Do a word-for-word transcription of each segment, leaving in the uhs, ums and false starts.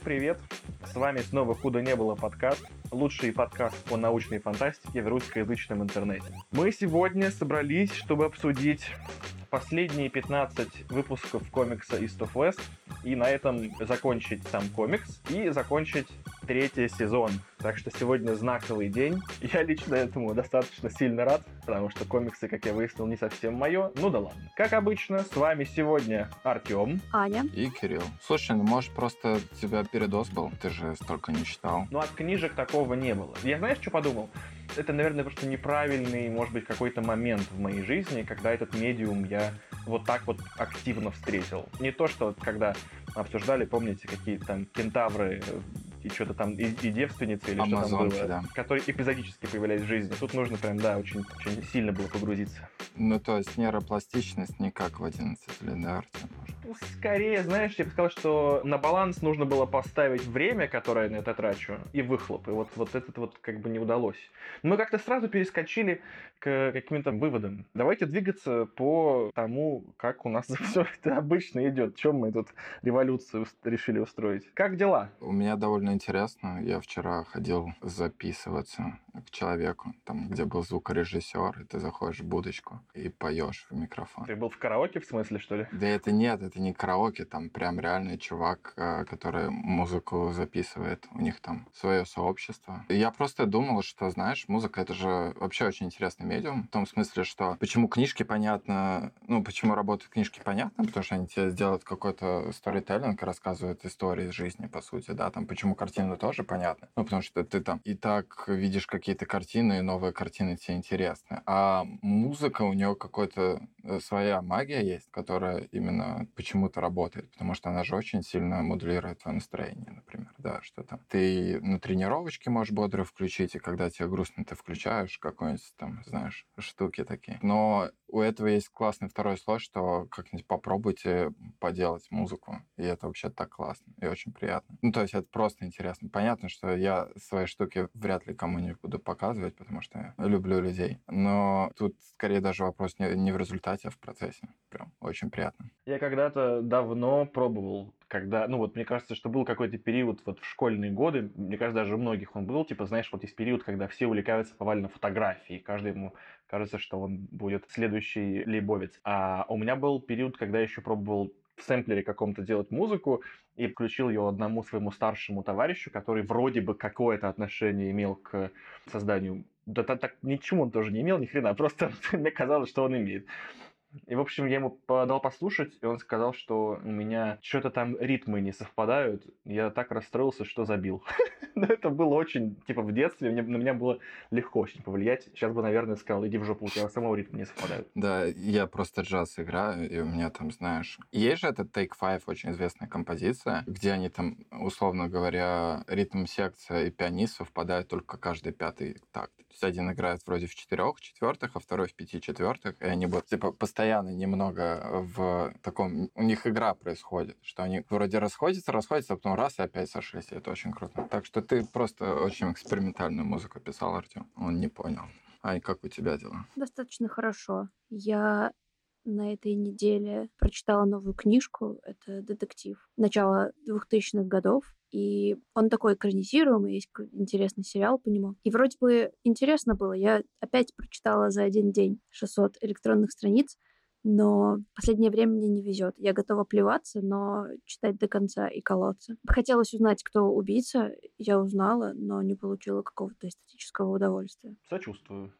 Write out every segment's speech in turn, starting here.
привет! С вами снова «Худо не было» подкаст, лучший подкаст по научной фантастике в русскоязычном интернете. Мы сегодня собрались, чтобы обсудить последние пятнадцать выпусков комикса East of West и на этом закончить сам комикс и закончить третий сезон. Так что сегодня знаковый день. Я лично этому достаточно сильно рад, потому что комиксы, как я выяснил, не совсем мое. Ну да ладно. Как обычно, с вами сегодня Артем, Аня и Кирилл. Слушай, ну может просто у тебя передоз был? Ты же столько не читал. Ну от книжек такого не было. Я знаешь, что подумал? Это, наверное, просто неправильный, может быть, какой-то момент в моей жизни, когда этот медиум я вот так вот активно встретил. Не то, что когда обсуждали, помните, какие-то там кентавры и что-то там, и, и девственницы, или Амазонки, что там было, да. которые эпизодически появлялись в жизни. Тут нужно прям, да, очень, очень сильно было погрузиться. Ну, то есть нейропластичность не как в одиннадцать лет, да, Артем? Ну, скорее, знаешь, я бы сказал, что на баланс нужно было поставить время, которое я на это трачу, и выхлоп. И вот, вот этот вот как бы не удалось. Мы как-то сразу перескочили к каким-то выводам. Давайте двигаться по тому, как у нас все это обычно идет. Чем мы тут революцию решили устроить? Как дела? У меня довольно интересно. Я вчера ходил записываться к человеку, там, где был звукорежиссер, и ты заходишь в будочку и поешь в микрофон. Ты был в караоке, в смысле, что ли? Да это нет, это не караоке, там прям реальный чувак, который музыку записывает. У них там свое сообщество. И я просто думал, что, знаешь, музыка — это же вообще очень интересный медиум. В том смысле, что почему книжки понятно, ну, почему работают книжки понятно, потому что они тебе сделают какой-то сторителлинг, рассказывают истории из жизни, по сути, да, там, почему картины тоже понятно. Ну, потому что ты там и так видишь какие-то картины, и новые картины тебе интересны. А музыка, у нее какой-то своя магия есть, которая именно почему-то работает, потому что она же очень сильно модулирует твое настроение, например, да, что там. Ты на тренировочке можешь бодро включить, и когда тебе грустно, ты включаешь какой-нибудь там, знаешь, штуки такие. Но у этого есть классный второй слой, что как-нибудь попробуйте поделать музыку, и это вообще так классно и очень приятно. Ну, то есть это просто интересно. Понятно, что я свои штуки вряд ли кому-нибудь буду показывать, потому что я люблю людей, но тут скорее даже вопрос не, не в результате, а в процессе. Прям очень приятно. Я когда-то давно пробовал, когда, ну вот мне кажется, что был какой-то период вот в школьные годы, мне кажется, даже у многих он был, типа, знаешь, вот есть период, когда все увлекаются повально фотографией, каждый ему кажется, что он будет следующий лейбовец. А у меня был период, когда я еще пробовал в сэмплере каком-то делать музыку и включил ее одному своему старшему товарищу, который вроде бы какое-то отношение имел к созданию. Да так, так ничему он тоже не имел, ни хрена, просто мне казалось, что он имеет. И, в общем, я ему дал послушать, и он сказал, что у меня что-то там ритмы не совпадают. Я так расстроился, что забил. Но это было очень, типа, в детстве, мне, на меня было легко очень повлиять. Сейчас бы, наверное, сказал, иди в жопу, у тебя самого ритмы не совпадают. Да, я просто джаз играю, и у меня там, знаешь... Есть же этот Take Five, очень известная композиция, где они там, условно говоря, ритм-секция и пианист совпадают только каждый пятый такт. То есть один играет вроде в четырех четвертых, а второй в пяти четвертых, и они будут, типа, постоянно немного в таком... У них игра происходит, что они вроде расходятся, расходятся, а потом раз и опять сошлись, и это очень круто. Так что ты просто очень экспериментальную музыку писал, Артем. Он не понял. Ань, как у тебя дела? достаточно хорошо. Я на этой неделе прочитала новую книжку. Это детектив начала двухтысячных годов. И он такой экранизируемый, есть интересный сериал по нему. И вроде бы интересно было. Я опять прочитала за один день шестьсот электронных страниц, но в последнее время мне не везет. Я готова плеваться, но читать до конца и колоться. Хотелось узнать, кто убийца. Я узнала, но не получила какого-то эстетического удовольствия. Сочувствую.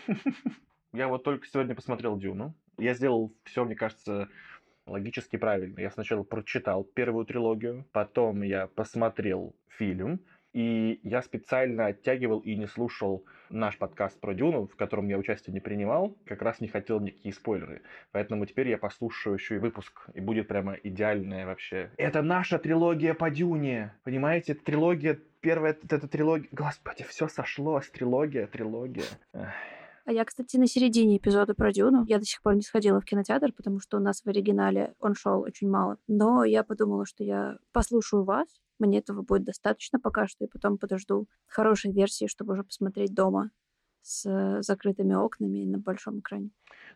Я вот только сегодня посмотрел «Дюну». Я сделал все, мне кажется, логически правильно. Я сначала прочитал первую трилогию, потом я посмотрел фильм, и я специально оттягивал и не слушал наш подкаст про Дюну, в котором я участие не принимал, как раз не хотел никакие спойлеры. Поэтому теперь я послушаю еще и выпуск, и будет прямо идеальная вообще. Это наша трилогия по Дюне, понимаете? Трилогия, первая, это трилогия... Господи, все сошлось, трилогия, трилогия. Эх. А я, кстати, на середине эпизода про Дюну. Я до сих пор не сходила в кинотеатр, потому что у нас в оригинале он шел очень мало. Но я подумала, что я послушаю вас. Мне этого будет достаточно пока что, и потом подожду хорошей версии, чтобы уже посмотреть дома с закрытыми окнами и на большом экране.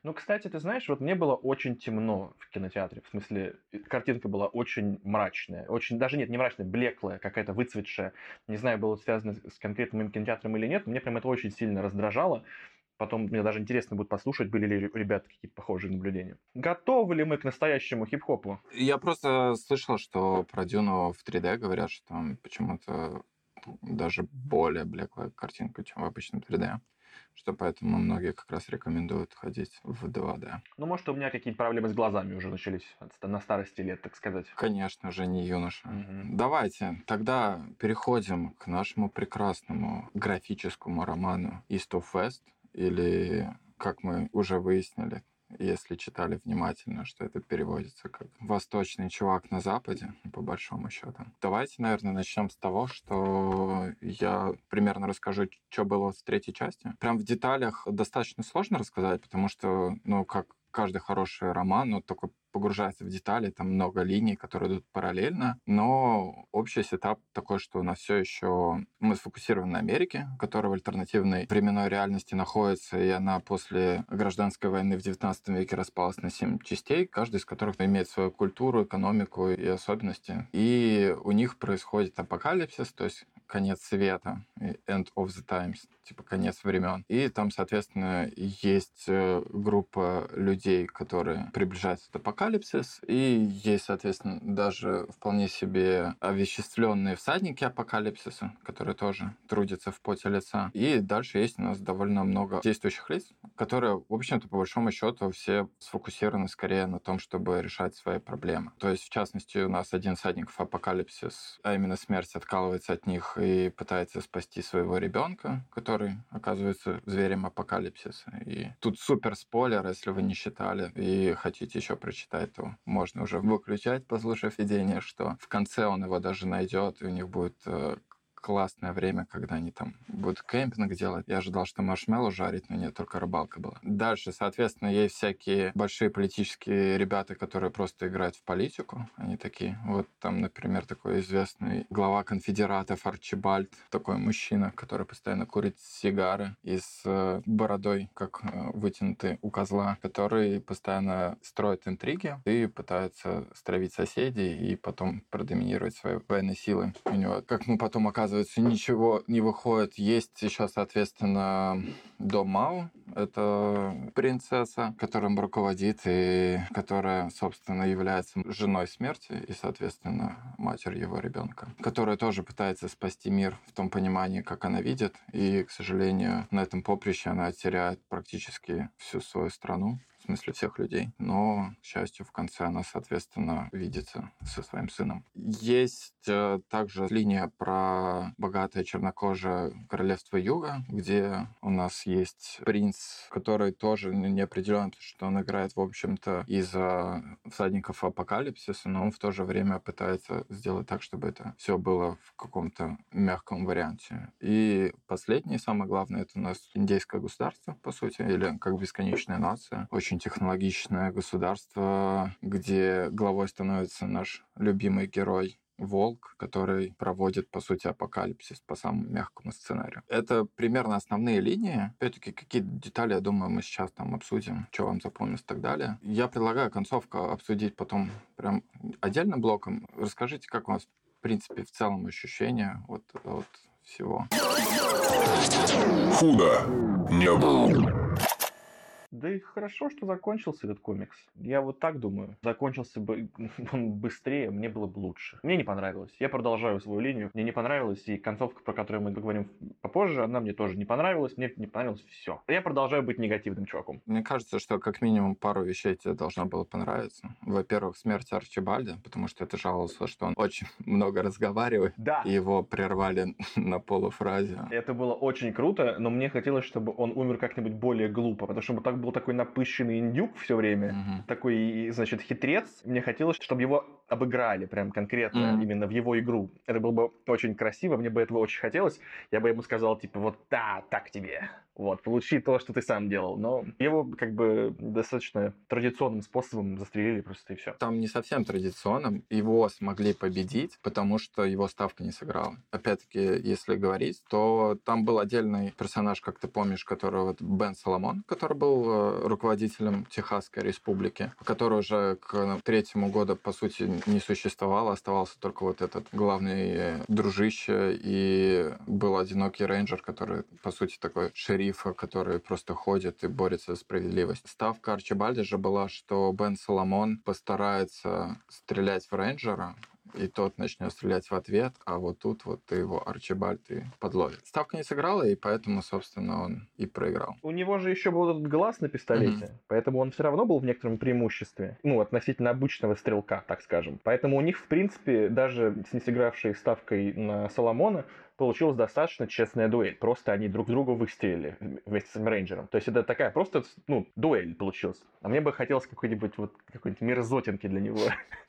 Ну, кстати, ты знаешь, вот мне было очень темно в кинотеатре. В смысле, э, картинка была очень мрачная. Очень, даже нет, не мрачная, блеклая, какая-то выцветшая. Не знаю, было это связано с с конкретным моим кинотеатром или нет, но мне прям это очень сильно раздражало. Потом мне даже интересно будет послушать, были ли у ребят какие-то похожие наблюдения. Готовы ли мы к настоящему хип-хопу? Я просто слышал, что про Дюну в три дэ говорят, что там почему-то даже более блеклая картинка, чем в обычном три дэ. Что поэтому многие как раз рекомендуют ходить в два дэ. Ну, может, у меня какие-то проблемы с глазами уже начались от ста- на старости лет, так сказать. Конечно же, не юноша. Мгм. Давайте тогда переходим к нашему прекрасному графическому роману East of West, или, как мы уже выяснили, если читали внимательно, что это переводится как «восточный чувак на Западе», по большому счету. Давайте, наверное, начнем с того, что я примерно расскажу, что было в третьей части. Прям в деталях достаточно сложно рассказать, потому что, ну, как каждый хороший роман, он такой погружается в детали, там много линий, которые идут параллельно, но общий сетап такой, что у нас все еще мы сфокусированы на Америке, которая в альтернативной временной реальности находится, и она после гражданской войны в девятнадцатом веке распалась на семь частей, каждая из которых имеет свою культуру, экономику и особенности. И у них происходит апокалипсис, то есть конец света, end of the times, типа конец времен. И там, соответственно, есть э, группа людей, которые приближаются к апокалипсис, и есть, соответственно, даже вполне себе овеществленные всадники апокалипсиса, которые тоже трудятся в поте лица. И дальше есть у нас довольно много действующих лиц, которые, в общем-то, по большому счету, все сфокусированы скорее на том, чтобы решать свои проблемы. То есть, в частности, у нас один всадник в апокалипсис, а именно смерть, откалывается от них и пытается спасти своего ребенка, который оказывается зверем апокалипсиса. И тут супер спойлер, если вы не читали и хотите еще прочитать, то можно уже выключать, послушав видение, что в конце он его даже найдет, и у них будет э, классное время, когда они там будут кемпинг делать. Я ожидал, что маршмеллоу жарить, но нет, только рыбалка была. Дальше, соответственно, есть всякие большие политические ребята, которые просто играют в политику. Они такие, вот там, например, такой известный глава конфедератов Арчибальд, такой мужчина, который постоянно курит сигары и с э, бородой, как э, вытянутый у козла, который постоянно строит интриги и пытается стравить соседей и потом продоминировать своей военной силой. У него, как мы потом оказывается, ничего не выходит. Есть еще, соответственно, До Мао. Это принцесса, которым руководит и которая, собственно, является женой смерти и, соответственно, матерью его ребенка, которая тоже пытается спасти мир в том понимании, как она видит. И, к сожалению, на этом поприще она теряет практически всю свою страну. В смысле всех людей. Но, к счастью, в конце она, соответственно, видится со своим сыном. Есть э, также линия про богатое чернокожее королевство Юга, где у нас есть принц, который тоже не определен, что он играет, в общем-то, из-за всадников апокалипсиса, но он в то же время пытается сделать так, чтобы это все было в каком-то мягком варианте. И последнее, самое главное, это у нас индейское государство, по сути, или как бесконечная нация. Очень технологичное государство, где главой становится наш любимый герой Волк, который проводит, по сути, апокалипсис по самому мягкому сценарию. Это примерно основные линии. Опять-таки, какие-то детали, я думаю, мы сейчас там обсудим, что вам запомнилось и так далее. Я предлагаю концовку обсудить потом прям отдельным блоком. Расскажите, как у вас, в принципе, в целом ощущения вот, от всего. Худо не было. Да и хорошо, что закончился этот комикс. Я вот так думаю. Закончился бы он быстрее, мне было бы лучше. Мне не понравилось. Я продолжаю свою линию. Мне не понравилось, и концовка, про которую мы поговорим попозже, она мне тоже не понравилась. Мне не понравилось все. Я продолжаю быть негативным чуваком. Мне кажется, что как минимум пару вещей тебе должно было понравиться. Во-первых, смерть Арчибальда, потому что это жаловался, что он очень много разговаривает, Да. и его прервали на полуфразе. Это было очень круто, но мне хотелось, чтобы он умер как-нибудь более глупо, потому что так был такой напыщенный индюк все время, Мгм. такой, значит, хитрец. Мне хотелось, чтобы его обыграли прям конкретно Мгм. именно в его игру. Это было бы очень красиво, мне бы этого очень хотелось. Я бы ему сказал, типа, вот да, так тебе. Вот, получи то, что ты сам делал. Но его как бы достаточно традиционным способом застрелили просто и все. Там не совсем традиционным. Его смогли победить, потому что его ставка не сыграла. Опять-таки, если говорить, то там был отдельный персонаж, как ты помнишь, который вот Бен Соломон, который был э, руководителем Техасской республики, который уже к третьему году, по сути, не существовал, оставался только вот этот главный дружище, и был одинокий рейнджер, который, по сути, такой шериф, который просто ходит и борется за справедливость. Ставка Арчибальда же была, что Бен Соломон постарается стрелять в рейнджера, и тот начнет стрелять в ответ, а вот тут вот его Арчибальд и подловит. Ставка не сыграла, и поэтому, собственно, он и проиграл. У него же еще был этот глаз на пистолете, mm-hmm. поэтому он все равно был в некотором преимуществе. Ну, относительно обычного стрелка, так скажем. Поэтому у них, в принципе, даже с не сыгравшей ставкой на Соломона, получилась достаточно честная дуэль. Просто они друг друга выстрелили вместе с рейнджером. То есть это такая просто, ну, дуэль получилась. А мне бы хотелось какой-нибудь вот какой-нибудь мерзотинки для него.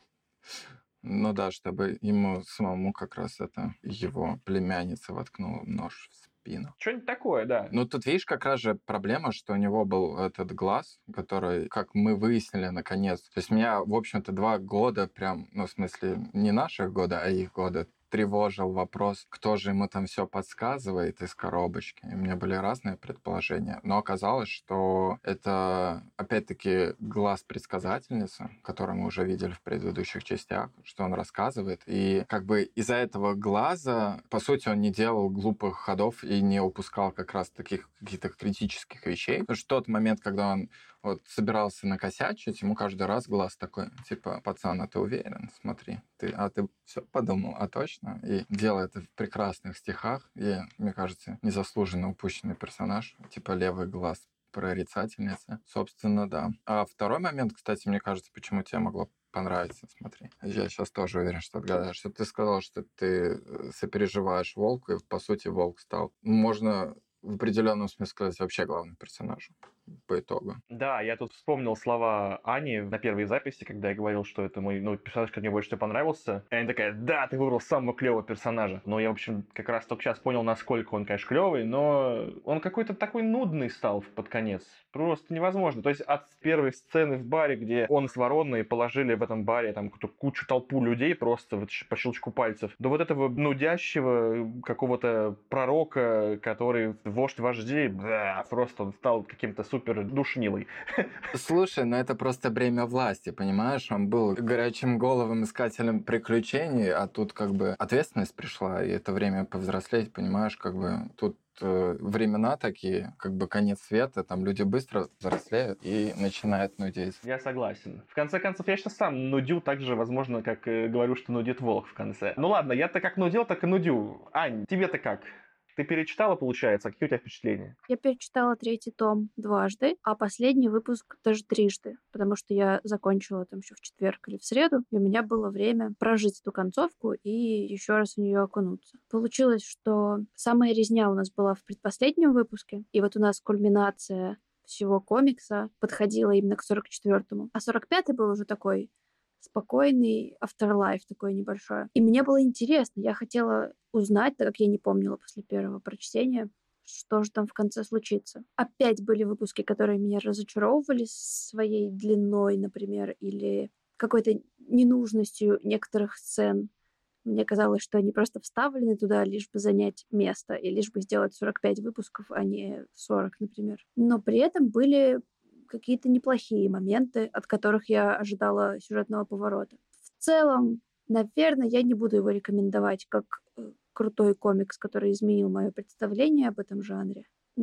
Ну да, чтобы ему самому как раз это его племянница воткнула нож в спину. Что-нибудь такое, да. Ну тут видишь, как раз же проблема, что у него был этот глаз, который, как мы выяснили наконец. То есть меня, в общем-то, два года прям, ну в смысле не наших года, а их года, тревожил вопрос, кто же ему там все подсказывает из коробочки. И у меня были разные предположения. Но оказалось, что это, опять-таки, глаз предсказательницы, который мы уже видели в предыдущих частях, что он рассказывает. И как бы из-за этого глаза, по сути, он не делал глупых ходов и не упускал как раз таких каких-то критических вещей. Потому что в тот момент, когда он вот собирался накосячить, ему каждый раз глаз такой, типа, пацан, а ты уверен? Смотри, ты, а ты все подумал, а точно? И делает это в прекрасных стихах, и, мне кажется, незаслуженно упущенный персонаж, типа левый глаз прорицательницы. Собственно, да. А второй момент, кстати, мне кажется, почему тебе могло понравиться, смотри. Я сейчас тоже уверен, что отгадаешь. Что ты сказал, что ты сопереживаешь волку, и, по сути, волк стал, можно в определенном смысле сказать, вообще главным персонажем по итогу. Да, я тут вспомнил слова Ани на первой записи, когда я говорил, что это мой ну, персонаж, который мне больше всего понравился. И она такая, да, ты выбрал самого клевого персонажа. Но я, в общем, как раз только сейчас понял, насколько он, конечно, клевый, но он какой-то такой нудный стал под конец. Просто невозможно. То есть от первой сцены в баре, где он с Вороной положили в этом баре там кучу толпу людей просто вот по щелчку пальцев, до вот этого нудящего какого-то пророка, который вождь вождей, да, просто он стал каким-то супер душнилой. Слушай, ну это просто бремя власти, понимаешь? Он был горячим головым искателем приключений, а тут как бы ответственность пришла, и это время повзрослеть, понимаешь? Как бы тут времена такие, как бы конец света, там люди быстро взрослеют и начинают нудеть. Я согласен. В конце концов, я сейчас сам нудю так же, возможно, как э, говорю, что нудит волк в конце. Ну ладно, я-то как нудил, так и нудю. Ань, тебе-то как? Ты перечитала, получается? Какие у тебя впечатления? Я перечитала третий том дважды, а последний выпуск даже трижды, потому что я закончила там еще в четверг или в среду, и у меня было время прожить эту концовку и еще раз в нее окунуться. Получилось, что самая резня у нас была в предпоследнем выпуске, и вот у нас кульминация всего комикса подходила именно к сорок четвёртому, а сорок пятый был уже такой спокойный afterlife такой небольшой. И мне было интересно, я хотела узнать, так как я не помнила после первого прочтения, что же там в конце случится. Опять были выпуски, которые меня разочаровывали своей длиной, например, или какой-то ненужностью некоторых сцен. Мне казалось, что они просто вставлены туда, лишь бы занять место, и лишь бы сделать сорок пять выпусков, а не сорок, например. Но при этом были какие-то неплохие моменты, от которых я ожидала сюжетного поворота. В целом, наверное, я не буду его рекомендовать как крутой комикс, который изменил мое представление об этом жанре.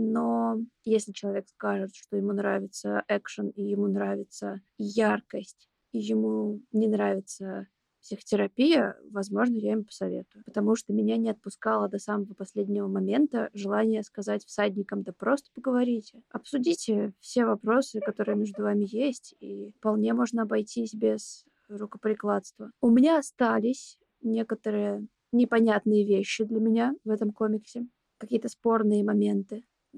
Но если человек скажет, что ему нравится экшен, и ему нравится яркость, и ему не нравится психотерапия, возможно, я им посоветую. Потому что меня не отпускало до самого последнего момента желание сказать всадникам: да просто поговорите. Обсудите все вопросы, которые между вами есть, и вполне можно обойтись без рукоприкладства. У меня остались некоторые непонятные вещи для меня в этом комиксе. Какие-то спорные моменты.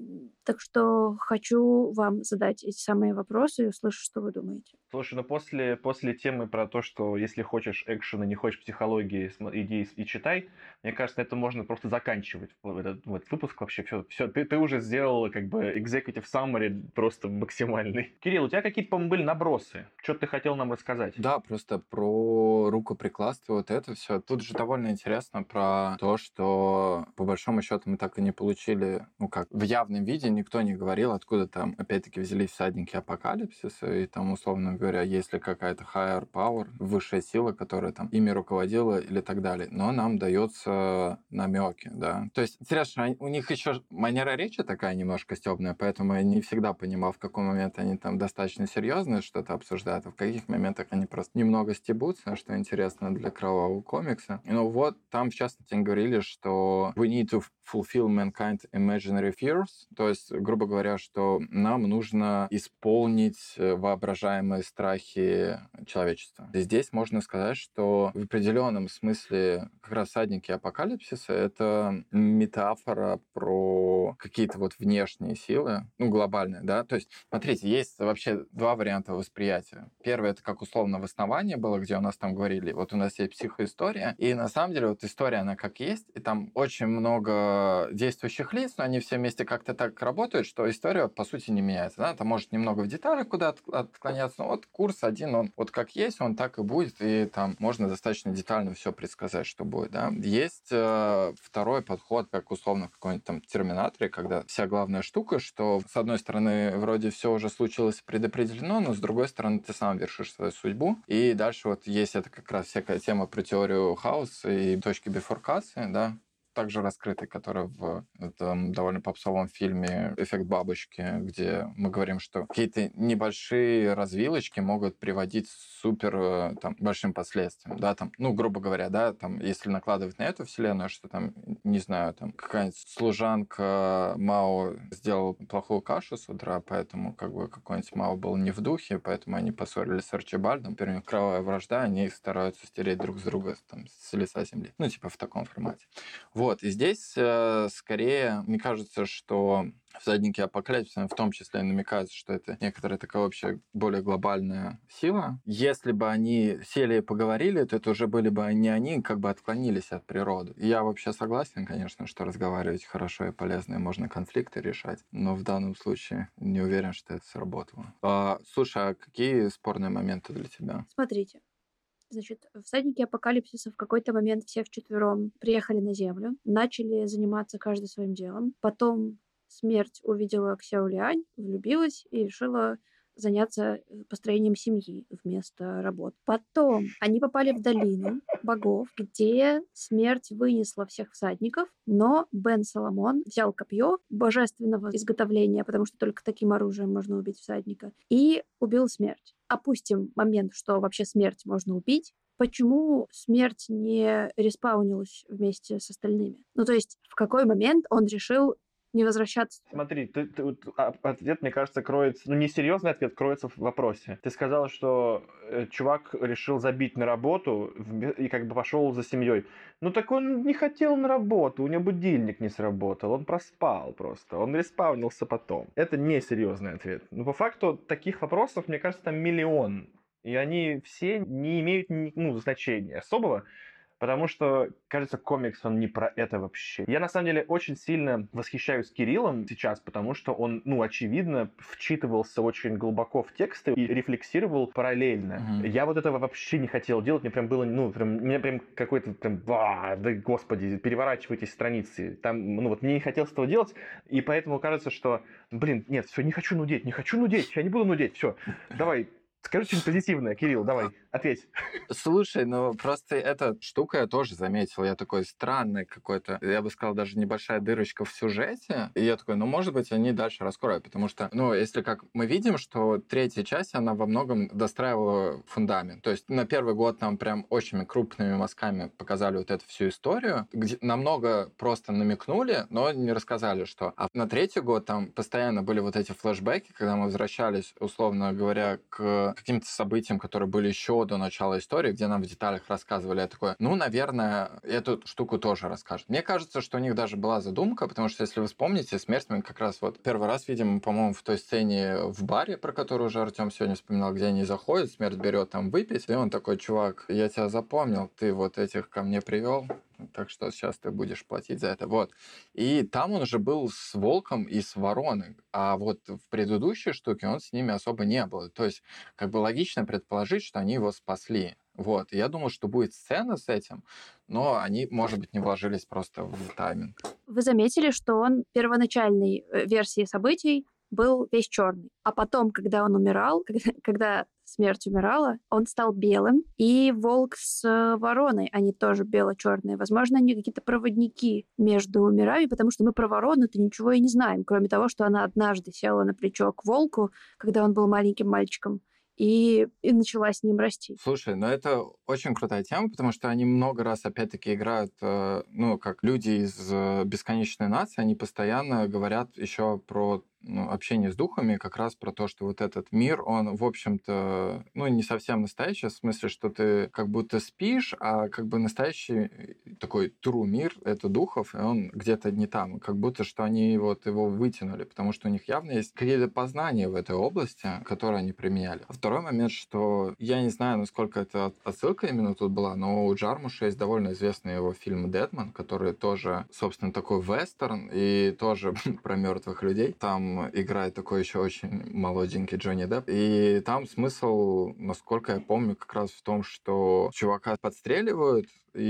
Так что хочу вам задать эти самые вопросы и услышать, что вы думаете. Слушай, ну после, после темы про то, что если хочешь экшена, не хочешь психологии, смо- иди и, и читай, мне кажется, это можно просто заканчивать в этот, в этот выпуск вообще. Все, все, ты, ты уже сделал как бы executive summary просто максимальный. Кирилл, у тебя какие-то, по-моему, были набросы? Что ты хотел нам рассказать? Да, просто про рукоприкладство, вот это все. Тут же довольно интересно про то, что по большому счету мы так и не получили, ну как, в явном виде никто не говорил, откуда там, опять-таки, взялись всадники апокалипсиса, и там, условно говоря, есть ли какая-то higher power, высшая сила, которая там ими руководила или так далее. Но нам дается намеки, да. То есть, интересно, у них еще манера речи такая немножко стебная, поэтому я не всегда понимал, в какой момент они там достаточно серьезно что-то обсуждают, а в каких моментах они просто немного стебутся, что интересно для кровавого комикса. Ну вот, там, в частности, они говорили, что we need to fulfill mankind imaginary fears, то есть, грубо говоря, что нам нужно исполнить воображаемые страхи человечества. И здесь можно сказать, что в определенном смысле как раз всадники апокалипсиса — это метафора про какие-то вот внешние силы, ну, глобальные, да, то есть, смотрите, есть вообще два варианта восприятия. Первый — это как условно в основании было, где у нас там говорили, вот у нас есть психоистория, и на самом деле вот история, она как есть, и там очень много действующих лиц, но они все вместе как-то так работают, что история, по сути, не меняется. Да? Там может немного в деталях куда отклоняться, но вот курс один, он вот как есть, он так и будет, и там можно достаточно детально все предсказать, что будет. Да? Есть э, второй подход, как условно в каком-нибудь там терминаторе, когда вся главная штука, что с одной стороны вроде все уже случилось и предопределено, но с другой стороны ты сам вершишь свою судьбу, и дальше вот есть это как раз всякая тема про теорию хаоса и точки бифуркации, да, также раскрытый, который в этом довольно попсовом фильме «Эффект бабочки», где мы говорим, что какие-то небольшие развилочки могут приводить к супер там, большим последствиям. Да, там, ну, грубо говоря, да, там, если накладывать на эту вселенную, что там, не знаю, там какая-нибудь служанка Мао сделала плохую кашу с утра, поэтому как бы какой-нибудь Мао был не в духе, поэтому они поссорились с Арчибальдом, теперь у них кровавая вражда, они стараются стереть друг с друга там, с лица земли. Ну, типа в таком формате. Вот, и здесь э, скорее, мне кажется, что всадники апокалипсиса в том числе намекают, что это некоторая такая общая, более глобальная сила. Если бы они сели и поговорили, то это уже были бы не они, как бы отклонились от природы. И я вообще согласен, конечно, что разговаривать хорошо и полезно, и можно конфликты решать, но в данном случае не уверен, что это сработало. А, слушай, а какие спорные моменты для тебя? Смотрите. Значит, всадники апокалипсиса в какой-то момент все вчетвером приехали на Землю, начали заниматься каждый своим делом. Потом смерть увидела Ксяо Лиань, влюбилась и решила заняться построением семьи вместо работ. Потом они попали в долину богов, где смерть вынесла всех всадников, но Бен Соломон взял копье божественного изготовления, потому что только таким оружием можно убить всадника, и убил смерть. Опустим момент, что вообще смерть можно убить. Почему смерть не респаунилась вместе с остальными? Ну, то есть, в какой момент он решил не возвращаться? Смотри, ты, ты, вот, а, ответ, мне кажется, кроется... Ну, несерьезный ответ кроется в вопросе. Ты сказала, что э, чувак решил забить на работу в, и как бы пошел за семьей. Ну, так он не хотел на работу, у него будильник не сработал, он проспал просто, он респаунился потом. Это несерьезный ответ. Но по факту таких вопросов, мне кажется, там миллион. И они все не имеют ну, значения особого. Потому что, кажется, комикс, он не про это вообще. Я, на самом деле, очень сильно восхищаюсь Кириллом сейчас, потому что он, ну, очевидно, вчитывался очень глубоко в тексты и рефлексировал параллельно. Mm-hmm. Я вот этого вообще не хотел делать. Мне прям было, ну, прям, мне прям какой-то, прям, ба, да господи, переворачивайте страницы. Там, ну, вот мне не хотелось этого делать, и поэтому кажется, что, блин, нет, все, не хочу нудеть, не хочу нудеть, я не буду нудеть, все, давай. Скажи что-нибудь позитивное, Кирилл, давай, ответь. Слушай, ну просто эта штука я тоже заметил. Я такой странный какой-то, я бы сказал, даже небольшая дырочка в сюжете. И я такой, ну, может быть, они дальше раскроют. Потому что, ну, если как мы видим, что третья часть, она во многом достраивала фундамент. То есть на первый год нам прям очень крупными мазками показали вот эту всю историю, где намного просто намекнули, но не рассказали, что. А на третий год там постоянно были вот эти флешбеки, когда мы возвращались, условно говоря, к каким-то событиям, которые были еще до начала истории, где нам в деталях рассказывали, я такой, ну, наверное, эту штуку тоже расскажут. Мне кажется, что у них даже была задумка, потому что, если вы вспомните, смерть мы как раз вот первый раз видим, по-моему, в той сцене в баре, про которую уже Артем сегодня вспоминал, где они заходят, смерть берет там выпить, и он такой, чувак, я тебя запомнил, ты вот этих ко мне привел, так что сейчас ты будешь платить за это. Вот. И там он уже был с волком и с вороной, а вот в предыдущей штуке он с ними особо не был. То есть, как бы логично предположить, что они его спасли. Вот. И я думал, что будет сцена с этим, но они, может быть, не вложились просто в тайминг. Вы заметили, что он в первоначальной э, версии событий был весь черный. А потом, когда он умирал, когда, когда смерть умирала, он стал белым. И волк с э, вороной, они тоже бело-черные. Возможно, они какие-то проводники между мирами, потому что мы про ворону-то ничего и не знаем, кроме того, что она однажды села на плечо к волку, когда он был маленьким мальчиком, и, и начала с ним расти. Слушай, ну это очень крутая тема, потому что они много раз, опять-таки, играют, э, ну, как люди из э, бесконечной нации, они постоянно говорят еще про ну, общение с духами, как раз про то, что вот этот мир, он, в общем-то, ну, не совсем настоящий, в смысле, что ты как будто спишь, а как бы настоящий такой true мир — это духов, и он где-то не там, как будто, что они вот его вытянули, потому что у них явно есть какие-то познания в этой области, которые они применяли. А второй момент, что я не знаю, насколько это отсылка именно тут была, но у Джармуша есть довольно известный его фильм «Дэдман», который тоже, собственно, такой вестерн и тоже про мертвых людей. Там играет такой еще очень молоденький Джонни Депп. И там смысл, насколько я помню, как раз в том, что чувака подстреливают,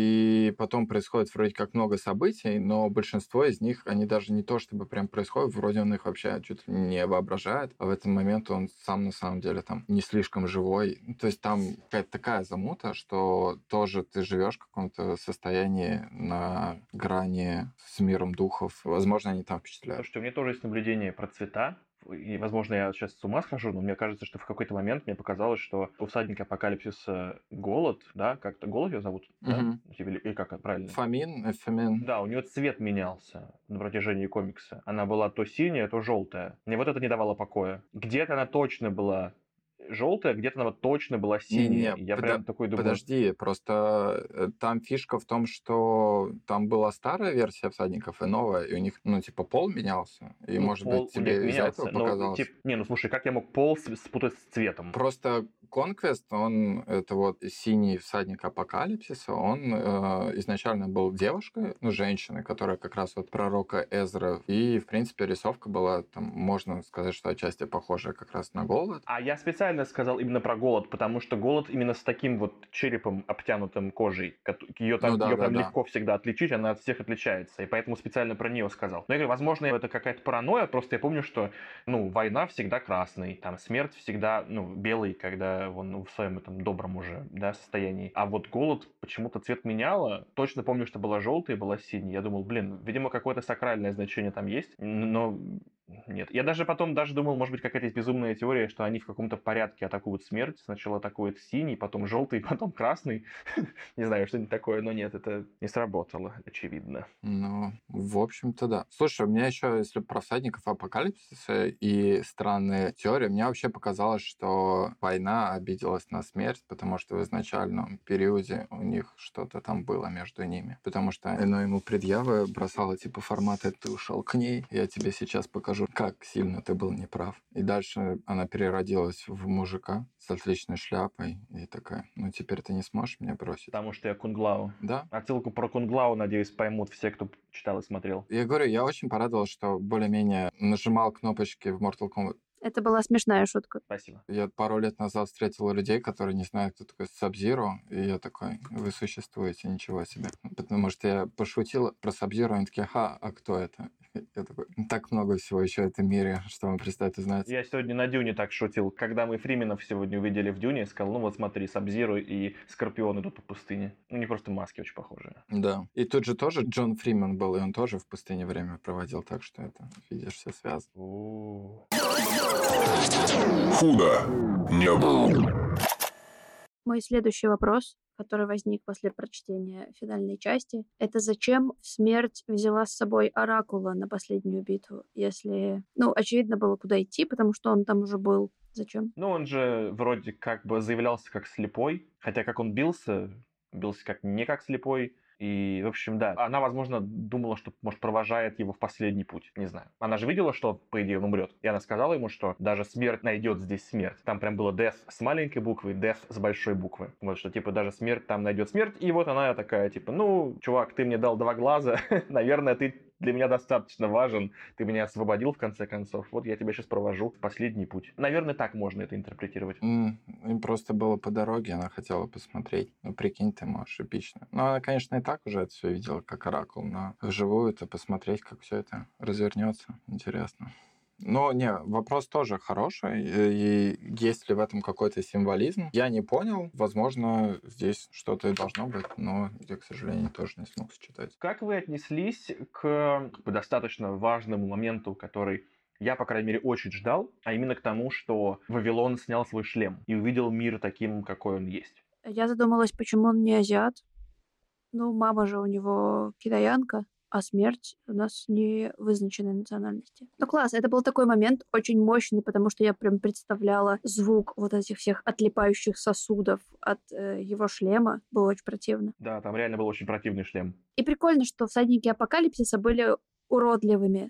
и потом происходит вроде как много событий, но большинство из них, они даже не то чтобы прям происходят, вроде он их вообще чуть ли не воображает, а в этот момент он сам на самом деле там не слишком живой. То есть там какая-то такая замута, что тоже ты живешь в каком-то состоянии на грани с миром духов. Возможно, они там впечатляют. Слушайте, у меня тоже есть наблюдение про цвета. И, возможно, я сейчас с ума схожу, но мне кажется, что в какой-то момент мне показалось, что у всадника апокалипсиса голод, да, как-то голод ее зовут, да? Мгм. Или, или как это правильно? Фомин, Эфемин. Да, у нее цвет менялся на протяжении комикса. Она была то синяя, то желтая. Мне вот это не давало покоя. Где-то она точно была желтая, где-то она вот точно была синяя. Не-не, И я подо- прям такой думаю, подожди, просто э, там фишка в том, что там была старая версия всадников и новая, и у них, ну, типа, пол менялся. И, ну, может пол быть, у них тебе из-за этого менялся. Но, показалось. тип, не, ну слушай, как я мог пол с- спутать с цветом? Просто Конквест, он, это вот синий всадник апокалипсиса, он э, изначально был девушкой, ну, женщиной, которая как раз вот пророка Эзра, и, в принципе, рисовка была, там, можно сказать, что отчасти похожая как раз на голод. А я специально сказал именно про голод, потому что голод именно с таким вот черепом, обтянутым кожей. Ее там Ну да, ее да, прям да. легко всегда отличить, она от всех отличается. И поэтому специально про нее сказал. Но я говорю, возможно, это какая-то паранойя, просто я помню, что ну, война всегда красный, там смерть всегда ну, белый, когда он ну, в своем этом добром уже да, состоянии. А вот голод почему-то цвет меняла. Точно помню, что была желтая, была синяя. Я думал, блин, видимо, какое-то сакральное значение там есть, но нет. Я даже потом даже думал, может быть, какая-то есть безумная теория, что они в каком-то порядке атакуют смерть. Сначала атакует синий, потом желтый, потом красный. Не знаю, что-нибудь такое, но нет, это не сработало, очевидно. Ну, в общем-то, да. Слушай, у меня еще, если про всадников апокалипсиса и странные теории, мне вообще показалось, что война обиделась на смерть, потому что в изначальном периоде у них что-то там было между ними. Потому что оно ему предъявы бросало типа формата «ты ушел к ней, я тебе сейчас покажу, как сильно ты был неправ». И дальше она переродилась в мужика с отличной шляпой и такая, ну теперь ты не сможешь меня бросить. Потому что я Кунглау. Да. Отсылку про Кунглау, надеюсь, поймут все, кто читал и смотрел. Я говорю, я очень порадовался, что более-менее нажимал кнопочки в Mortal Kombat. Это была смешная шутка. Спасибо. Я пару лет назад встретил людей, которые не знают, кто такой Саб-Зиро, и я такой, вы существуете, ничего себе. Потому что я пошутил про Саб-Зиро, и они такие, ха, а кто это? Я такой, так много всего еще в этом мире, что вам предстоит узнать. Я сегодня на Дюне так шутил. Когда мы Фрименов сегодня увидели в Дюне, я сказал, ну вот смотри, Саб-Зиро и Скорпион идут по пустыне. Ну, не просто маски очень похожие. Да. И тут же тоже Джон Фримен был, и он тоже в пустыне время проводил, так что это, видишь, все связано. О-о-о. Худо не было. Мой следующий вопрос, который возник после прочтения финальной части, это зачем смерть взяла с собой Оракула на последнюю битву, если, ну, очевидно было, куда идти, потому что он там уже был. Зачем? Ну, он же вроде как бы заявлялся как слепой, хотя как он бился, бился как не как слепой. И, в общем, да, она, возможно, думала, что, может, провожает его в последний путь, не знаю. Она же видела, что, по идее, он умрет. И она сказала ему, что даже смерть найдет здесь смерть. Там прям было death с маленькой буквы, death с большой буквы. Вот, что, типа, даже смерть там найдет смерть. И вот она такая, типа, ну, чувак, ты мне дал два глаза, наверное, ты для меня достаточно важен, ты меня освободил, в конце концов, вот я тебя сейчас провожу в последний путь. Наверное, так можно это интерпретировать. М, Им просто было по дороге, она хотела посмотреть. Ну, прикинь, ты можешь, эпично. Ну, она, конечно, и так уже это все видела, как Оракул, но вживую-то посмотреть, как все это развернется, интересно. Но не, вопрос тоже хороший, и и есть ли в этом какой-то символизм? Я не понял, возможно, здесь что-то и должно быть, но я, к сожалению, тоже не смог считать. Как вы отнеслись к достаточно важному моменту, который я, по крайней мере, очень ждал, а именно к тому, что Вавилон снял свой шлем и увидел мир таким, какой он есть? Я задумалась, почему он не азиат. Ну, мама же у него китаянка, а смерть у нас не вызначенной национальности. Ну, класс, это был такой момент очень мощный, потому что я прям представляла звук вот этих всех отлипающих сосудов от э, его шлема. Было очень противно. Да, там реально был очень противный шлем. И прикольно, что всадники апокалипсиса были уродливыми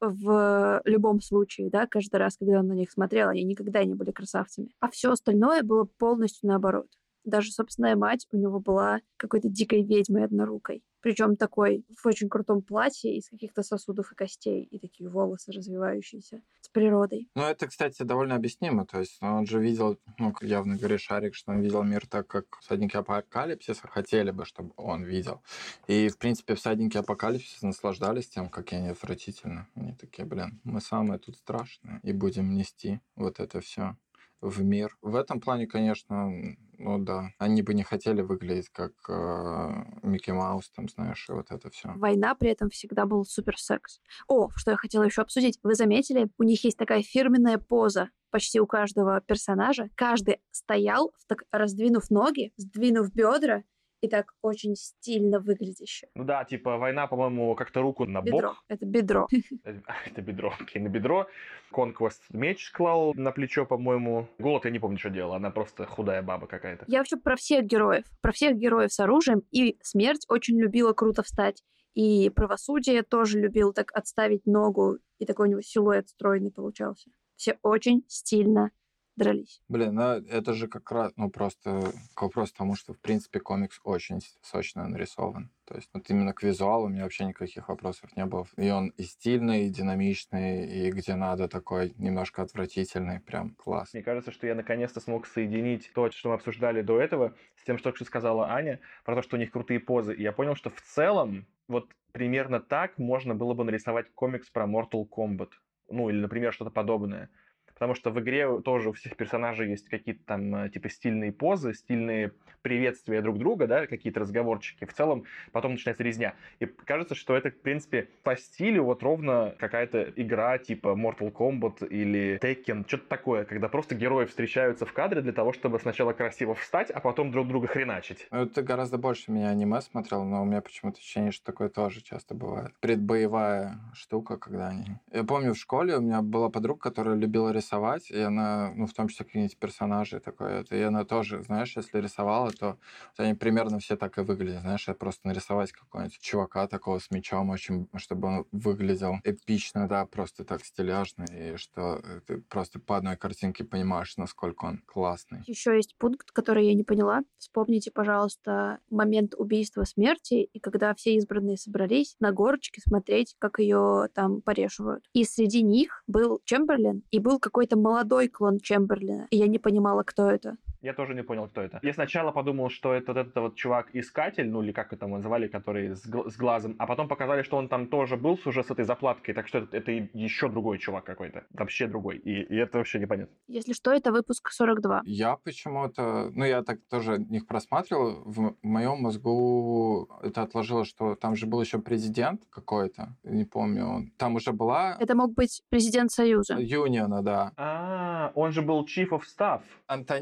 в любом случае, да, каждый раз, когда он на них смотрел, они никогда не были красавцами. А все остальное было полностью наоборот. Даже собственная мать у него была какой-то дикой ведьмой однорукой. Причем такой в очень крутом платье из каких-то сосудов и костей, и такие волосы развивающиеся с природой. Ну, это, кстати, довольно объяснимо. То есть он же видел, ну, явно говорит Шарик, что он видел мир так, как всадники апокалипсиса хотели бы, чтобы он видел. И, в принципе, всадники апокалипсиса наслаждались тем, какие они отвратительны. Они такие, блин, мы самые тут страшные, и будем нести вот это все в мир. В этом плане, конечно, ну да, они бы не хотели выглядеть как э, Микки Маус, там, знаешь, и вот это все. Война при этом всегда был суперсекс. О, что я хотела еще обсудить. Вы заметили, у них есть такая фирменная поза почти у каждого персонажа. Каждый стоял, так раздвинув ноги, сдвинув бедра, и так очень стильно выглядяще. Ну да, типа война, по-моему, как-то руку на Бедро. бок. Это бедро. Это бедро. Окей, на бедро. Конквест меч клал на плечо, по-моему. Голод я не помню, что делала. Она просто худая баба какая-то. Я вообще про всех героев. Про всех героев с оружием. И смерть очень любила круто встать. И правосудие тоже любил так отставить ногу. И такой у него силуэт стройный получался. Все очень стильно дрались. Блин, ну это же как раз, ну просто к вопросу тому, что в принципе комикс очень сочно нарисован. То есть вот именно к визуалу у меня вообще никаких вопросов не было. И он и стильный, и динамичный, и где надо такой немножко отвратительный, прям класс. Мне кажется, что я наконец-то смог соединить то, что мы обсуждали до этого, с тем, что сказала Аня, про то, что у них крутые позы. И я понял, что в целом вот примерно так можно было бы нарисовать комикс про Mortal Kombat. Ну, или, например, что-то подобное. Потому что в игре тоже у всех персонажей есть какие-то там типа стильные позы, стильные приветствия друг друга, да, какие-то разговорчики. В целом потом начинается резня. И кажется, что это, в принципе, по стилю вот ровно какая-то игра типа Mortal Kombat или Tekken, что-то такое, когда просто герои встречаются в кадре для того, чтобы сначала красиво встать, а потом друг друга хреначить. Это гораздо больше меня аниме смотрел, но у меня почему-то ощущение, что такое тоже часто бывает. Предбоевая штука, когда они... Я помню, в школе у меня была подруга, которая любила рисовать, и она, ну, в том числе какие-нибудь персонажи такое, и она тоже, знаешь, если рисовала, то вот они примерно все так и выглядят, знаешь, это просто нарисовать какого-нибудь чувака такого с мечом, очень, чтобы он выглядел эпично, да, просто так стиляжно, и что ты просто по одной картинке понимаешь, насколько он классный. Еще есть пункт, который я не поняла. Вспомните, пожалуйста, момент убийства смерти, и когда все избранные собрались на горочке смотреть, как ее там порешивают. И среди них был Чемберлен, и был какой-то молодой клон Чемберлина, и я не понимала, кто это. Я тоже не понял, кто это. Я сначала подумал, что это вот этот вот чувак-искатель, ну или как это его называли, который с, гл- с глазом, а потом показали, что он там тоже был уже с этой заплаткой, так что это, это еще другой чувак какой-то, вообще другой, и, и это вообще непонятно. Если что, это выпуск сорок два. Я почему-то, ну я так тоже них просматривал, в моем мозгу это отложилось, что там же был еще президент какой-то, не помню, там уже была... Это мог быть президент Союза. Юниона, да. А, он же был Chief of Staff. Антонина-то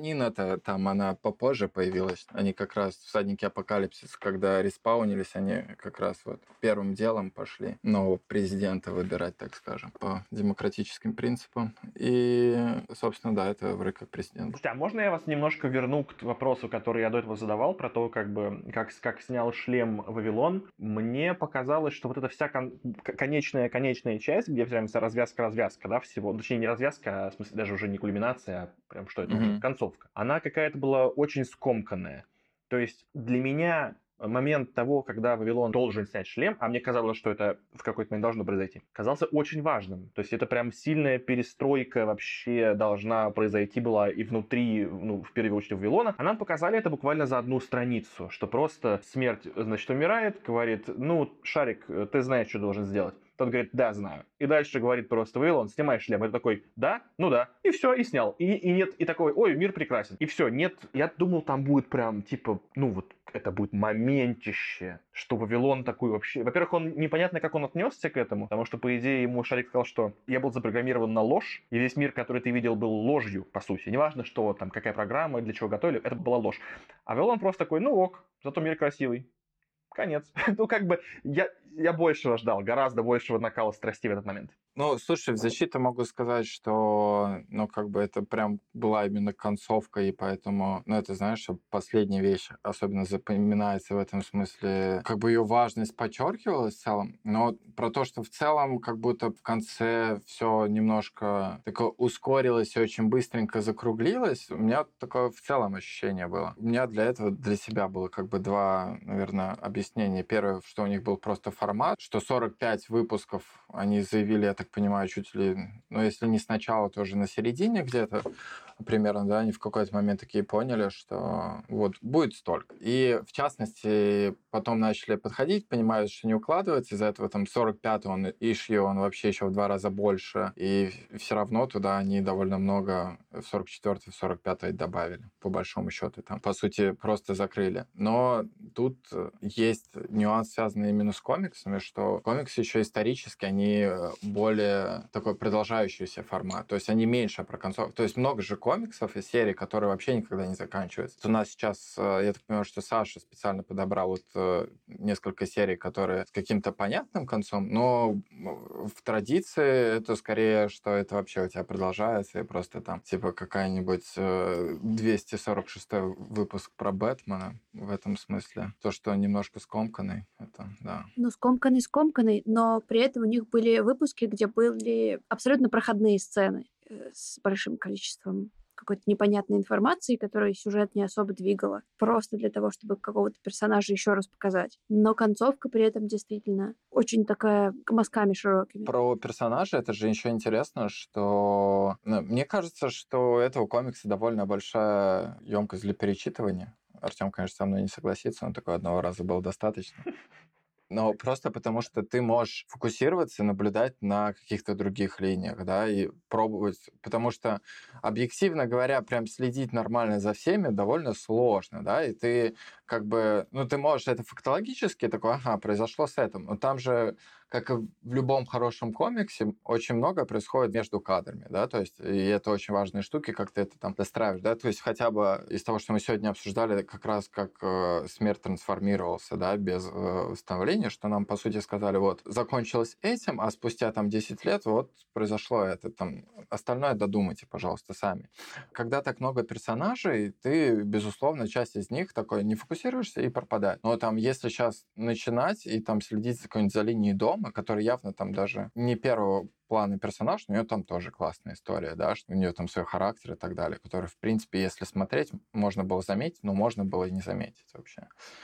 просто там она попозже появилась. Они как раз в «Всаднике Апокалипсиса», когда респаунились, они как раз вот первым делом пошли нового президента выбирать, так скажем, по демократическим принципам. И, собственно, да, это вроде как президент. Слушайте, а можно я вас немножко верну к вопросу, который я до этого задавал, про то, как бы, как, как снял шлем Вавилон? Мне показалось, что вот эта вся кон- конечная, конечная часть, где прям вся развязка-развязка, да, всего, точнее, не развязка, а в смысле даже уже не кульминация, а прям что это уже, Мгм. концовка. Она какая-то была очень скомканная. То есть для меня момент того, когда Вавилон должен снять шлем, а мне казалось, что это в какой-то момент должно произойти, казался очень важным. То есть это прям сильная перестройка вообще должна произойти была и внутри, ну, в первую очередь, Вавилона. А нам показали это буквально за одну страницу, что просто смерть, значит, умирает, говорит, ну, Шарик, ты знаешь, что должен сделать. Тот говорит, да, знаю. И дальше говорит просто Вавилон, снимай шлем. Это такой, да, ну да. И все, и снял. И, и нет, и такой, ой, мир прекрасен. И все, нет, я думал, там будет прям, типа, ну вот, это будет моментище, что Вавилон такой вообще... Во-первых, он непонятно, как он отнесся к этому, потому что, по идее, ему Шарик сказал, что я был запрограммирован на ложь, и весь мир, который ты видел, был ложью, по сути. Неважно, что там, какая программа, для чего готовили, это была ложь. А Вавилон просто такой, ну ок, зато мир красивый. Конец. Ну, как бы, я, я большего ждал, гораздо большего накала страстей в этот момент. Ну, слушай, в защиту могу сказать, что, ну, как бы это прям была именно концовка, и поэтому, ну, это, знаешь, что последняя вещь особенно запоминается в этом смысле, как бы ее важность подчеркивалась в целом, но про то, что в целом как будто в конце все немножко такое ускорилось и очень быстренько закруглилось, у меня такое в целом ощущение было. У меня для этого, для себя было как бы два, наверное, объяснения. Первое, что у них был просто формат, что сорок пять выпусков они заявили, я так понимаю, чуть ли, ну, если не сначала, то уже на середине где-то примерно, да, они в какой-то момент такие поняли, что вот будет столько. И, в частности, потом начали подходить, понимают, что не укладывается, из-за этого там сорок пятый он ишью, он вообще еще в два раза больше, и все равно туда они довольно много в сорок четвёртый, в сорок пятый добавили, по большому счету, там, по сути, просто закрыли. Но тут есть нюанс, связанный именно с комиксами, что комиксы еще исторически, они более такой продолжающийся формат, то есть они меньше про концовку, то есть много же комиксов и серий, которые вообще никогда не заканчиваются. У нас сейчас, я так понимаю, что Саша специально подобрал вот несколько серий, которые с каким-то понятным концом, но в традиции это скорее, что это вообще у тебя продолжается, и просто там типа какая-нибудь двести сорок шестой выпуск про Бэтмена в этом смысле. То, что немножко скомканный, это да. Ну, скомканный-скомканный, но при этом у них были выпуски, где были абсолютно проходные сцены э, с большим количеством какой-то непонятной информации, которую сюжет не особо двигала, просто для того, чтобы какого-то персонажа еще раз показать. Но концовка при этом действительно очень такая мазками широкими. Про персонажа это же еще интересно, что ну, мне кажется, что у этого комикса довольно большая емкость для перечитывания. Артем, конечно, со мной не согласится, но такого одного раза было достаточно. Но просто потому, что ты можешь фокусироваться и наблюдать на каких-то других линиях, да, и пробовать, потому что, объективно говоря, прям следить нормально за всеми довольно сложно, да, и ты как бы, ну, ты можешь это фактологически такой, ага, произошло с этим, но там же, как и в любом хорошем комиксе, очень много происходит между кадрами, да, то есть, и это очень важные штуки, как ты это там достраиваешь, да, то есть хотя бы из того, что мы сегодня обсуждали, как раз как э, смерть трансформировался, да, без э, восстановления, что нам, по сути, сказали, вот, закончилось этим, а спустя там десять лет вот произошло это, там, остальное додумайте, пожалуйста, сами. Когда так много персонажей, ты, безусловно, часть из них такой не фокусируешься и пропадает. Но там, если сейчас начинать и там следить за какой-нибудь за линией дома, который явно там даже не первого плана персонаж, у нее там тоже классная история, да, что у нее там свой характер и так далее, который, в принципе, если смотреть, можно было заметить, но можно было и не заметить вообще.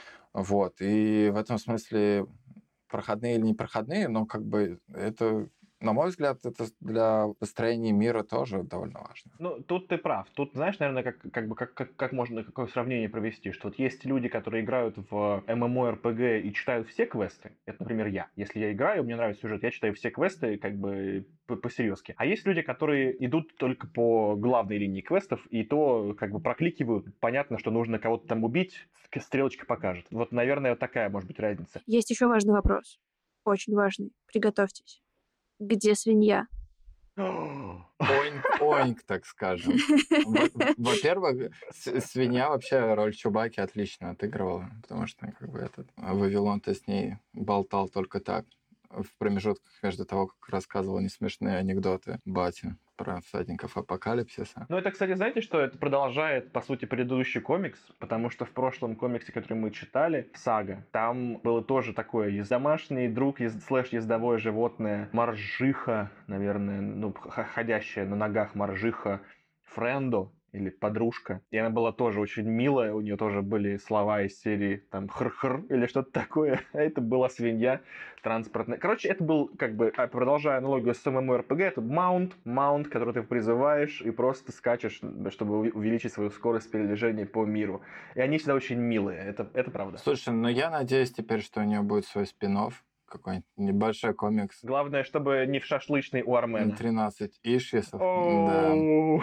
Вот, и в этом смысле проходные или не проходные, но как бы это, на мой взгляд, это для построения мира тоже довольно важно. Ну, тут ты прав. Тут, знаешь, наверное, как, как бы как, как, как можно какое сравнение провести, что вот есть люди, которые играют в MMORPG и читают все квесты. Это, например, я. Если я играю, мне нравится сюжет, я читаю все квесты как бы по-серьезки. А есть люди, которые идут только по главной линии квестов, и то как бы прокликивают. Понятно, что нужно кого-то там убить, стрелочка покажет. Вот, наверное, вот такая может быть разница. Есть еще важный вопрос. Очень важный. Приготовьтесь. Где свинья? Оинк-оинк, так скажем. Во- Во-первых, с- свинья вообще роль Чубаки отлично отыгрывала, потому что как бы этот Вавилон-то с ней болтал только так, в промежутках между того, как рассказывал несмешные анекдоты батя про всадников апокалипсиса. Ну, это, кстати, знаете, что это продолжает, по сути, предыдущий комикс, потому что в прошлом комиксе, который мы читали, Сага, там было тоже такое ез- домашний друг, ез- слэш ездовое животное, моржиха, наверное, ну, х- ходящая на ногах моржиха Френдо, или подружка. И она была тоже очень милая, у нее тоже были слова из серии там хр-хр или что-то такое. А это была свинья транспортная. Короче, это был, как бы, а, продолжая аналогию с MMORPG, это маунт, маунт, который ты призываешь и просто скачешь, чтобы у- увеличить свою скорость передвижения по миру. И они всегда очень милые, это, это правда. Слушай, ну я надеюсь теперь, что у нее будет свой спин-офф, какой-нибудь небольшой комикс. Главное, чтобы не в шашлычный у Армена. тринадцать ишисов, да. Оу,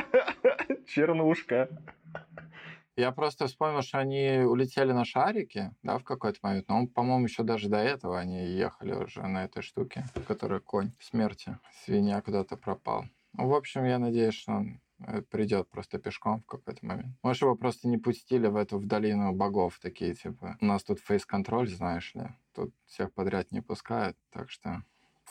чернушка. Я просто вспомнил, что они улетели на шарике, да, в какой-то момент. Но, по-моему, еще даже до этого они ехали уже на этой штуке, которая конь смерти. Свинья куда-то пропал. Ну, в общем, я надеюсь, что он э, придет просто пешком в какой-то момент. Может, его просто не пустили в эту в долину богов, такие, типа, у нас тут фейс-контроль, знаешь ли. Тут всех подряд не пускают, так что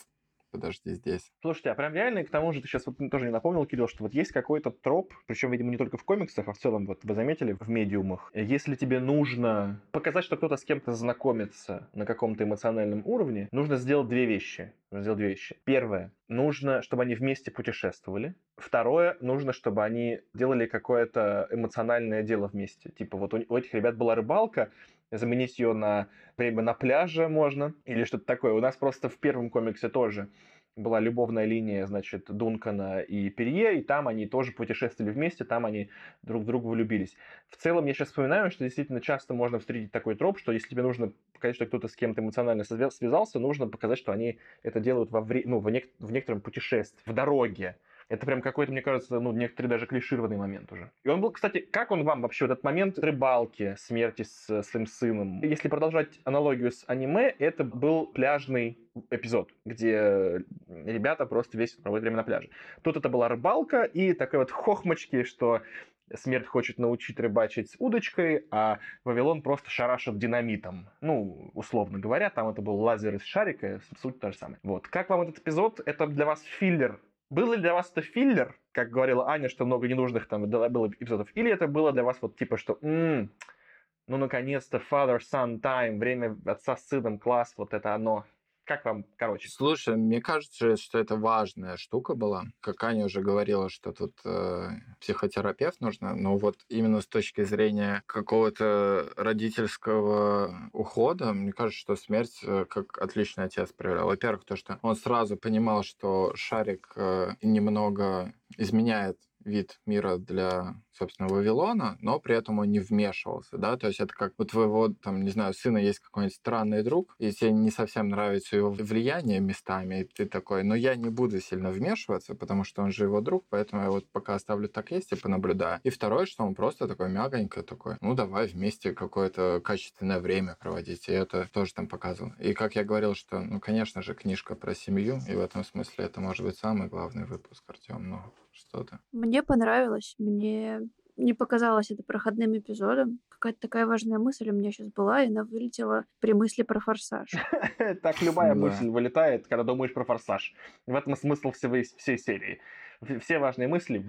подожди здесь. Слушайте, а прям реально, и к тому же, ты сейчас вот тоже не напомнил, Кирилл, что вот есть какой-то троп, причем, видимо, не только в комиксах, а в целом, вот вы заметили, в медиумах. Если тебе нужно показать, что кто-то с кем-то знакомится на каком-то эмоциональном уровне, нужно сделать две вещи. Нужно сделать две вещи. Первое. Нужно, чтобы они вместе путешествовали. Второе. Нужно, чтобы они делали какое-то эмоциональное дело вместе. Типа вот у, у этих ребят была рыбалка, заменить ее на время на пляже можно, или что-то такое. У нас просто в первом комиксе тоже была любовная линия, значит, Дункана и Перье, и там они тоже путешествовали вместе, там они друг в друга влюбились. В целом, я сейчас вспоминаю, что действительно часто можно встретить такой троп, что если тебе нужно показать, что кто-то с кем-то эмоционально свя- связался, нужно показать, что они это делают во вре- ну, в, нек- в некотором путешествии, в дороге. Это прям какой-то, мне кажется, ну, некоторый даже клишированный момент уже. И он был, кстати, как он вам вообще, вот этот момент рыбалки, смерти с своим сыном? Если продолжать аналогию с аниме, это был пляжный эпизод, где ребята просто весь проводят время на пляже. Тут это была рыбалка и такой вот хохмочки, что смерть хочет научить рыбачить с удочкой, а Вавилон просто шарашит динамитом. Ну, условно говоря, там это был лазер из шарика, суть та же самая. Вот. Как вам этот эпизод? Это для вас филлер? Был ли для вас это филлер, как говорила Аня, что много ненужных там было эпизодов? Или это было для вас вот типа, что м-м, ну, наконец-то father-son time, время отца с сыном, класс, вот это оно. Как вам, короче? Слушай, мне кажется, что это важная штука была. Как Аня уже говорила, что тут э, психотерапевт нужно, но вот именно с точки зрения какого-то родительского ухода, мне кажется, что смерть э, как отличный отец проявлял. Во-первых, то, что он сразу понимал, что шарик э, немного изменяет вид мира для, собственно, Вавилона, но при этом он не вмешивался, да, то есть это как у твоего, там, не знаю, сына есть какой-нибудь странный друг, и тебе не совсем нравится его влияние местами, и ты такой, ну, я не буду сильно вмешиваться, потому что он же его друг, поэтому я вот пока оставлю так есть и понаблюдаю. И второе, что он просто такой мягонько такой, ну, давай вместе какое-то качественное время проводить, и это тоже там показывал. И как я говорил, что, ну, конечно же, книжка про семью, и в этом смысле это может быть самый главный выпуск, Артём, но что-то. Мне понравилось, мне не показалось это проходным эпизодом. Какая-то такая важная мысль у меня сейчас была, и она вылетела при мысли про «Форсаж». Так любая Да. мысль вылетает, когда думаешь про «Форсаж». В этом смысл всей, всей серии. Все важные мысли...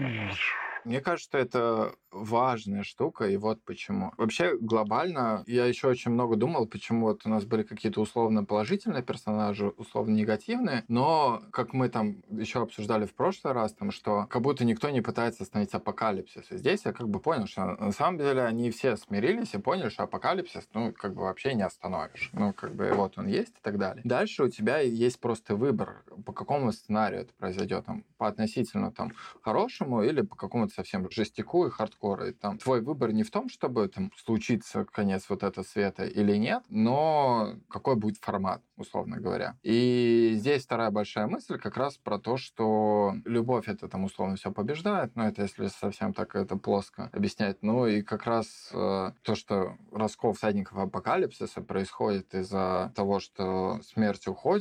Мне кажется, что это важная штука, и вот почему. Вообще, глобально, я еще очень много думал, почему вот у нас были какие-то условно положительные персонажи, условно негативные, но, как мы там еще обсуждали в прошлый раз, там, что как будто никто не пытается остановить апокалипсис. И здесь я как бы понял, что на самом деле они все смирились и поняли, что апокалипсис, ну, как бы вообще не остановишь. Ну, как бы вот он есть и так далее. Дальше у тебя есть просто выбор, по какому сценарию это произойдет, там, по относительно там хорошему или по какому-то совсем жестяку и хардкору. И там твой выбор не в том, чтобы там случиться конец вот этого света или нет, но какой будет формат, условно говоря. И здесь вторая большая мысль как раз про то, что любовь это там условно все побеждает, но это если совсем так это плоско объяснять. Ну и как раз э, то, что раскол всадников апокалипсиса происходит из-за того, что смерть уходит,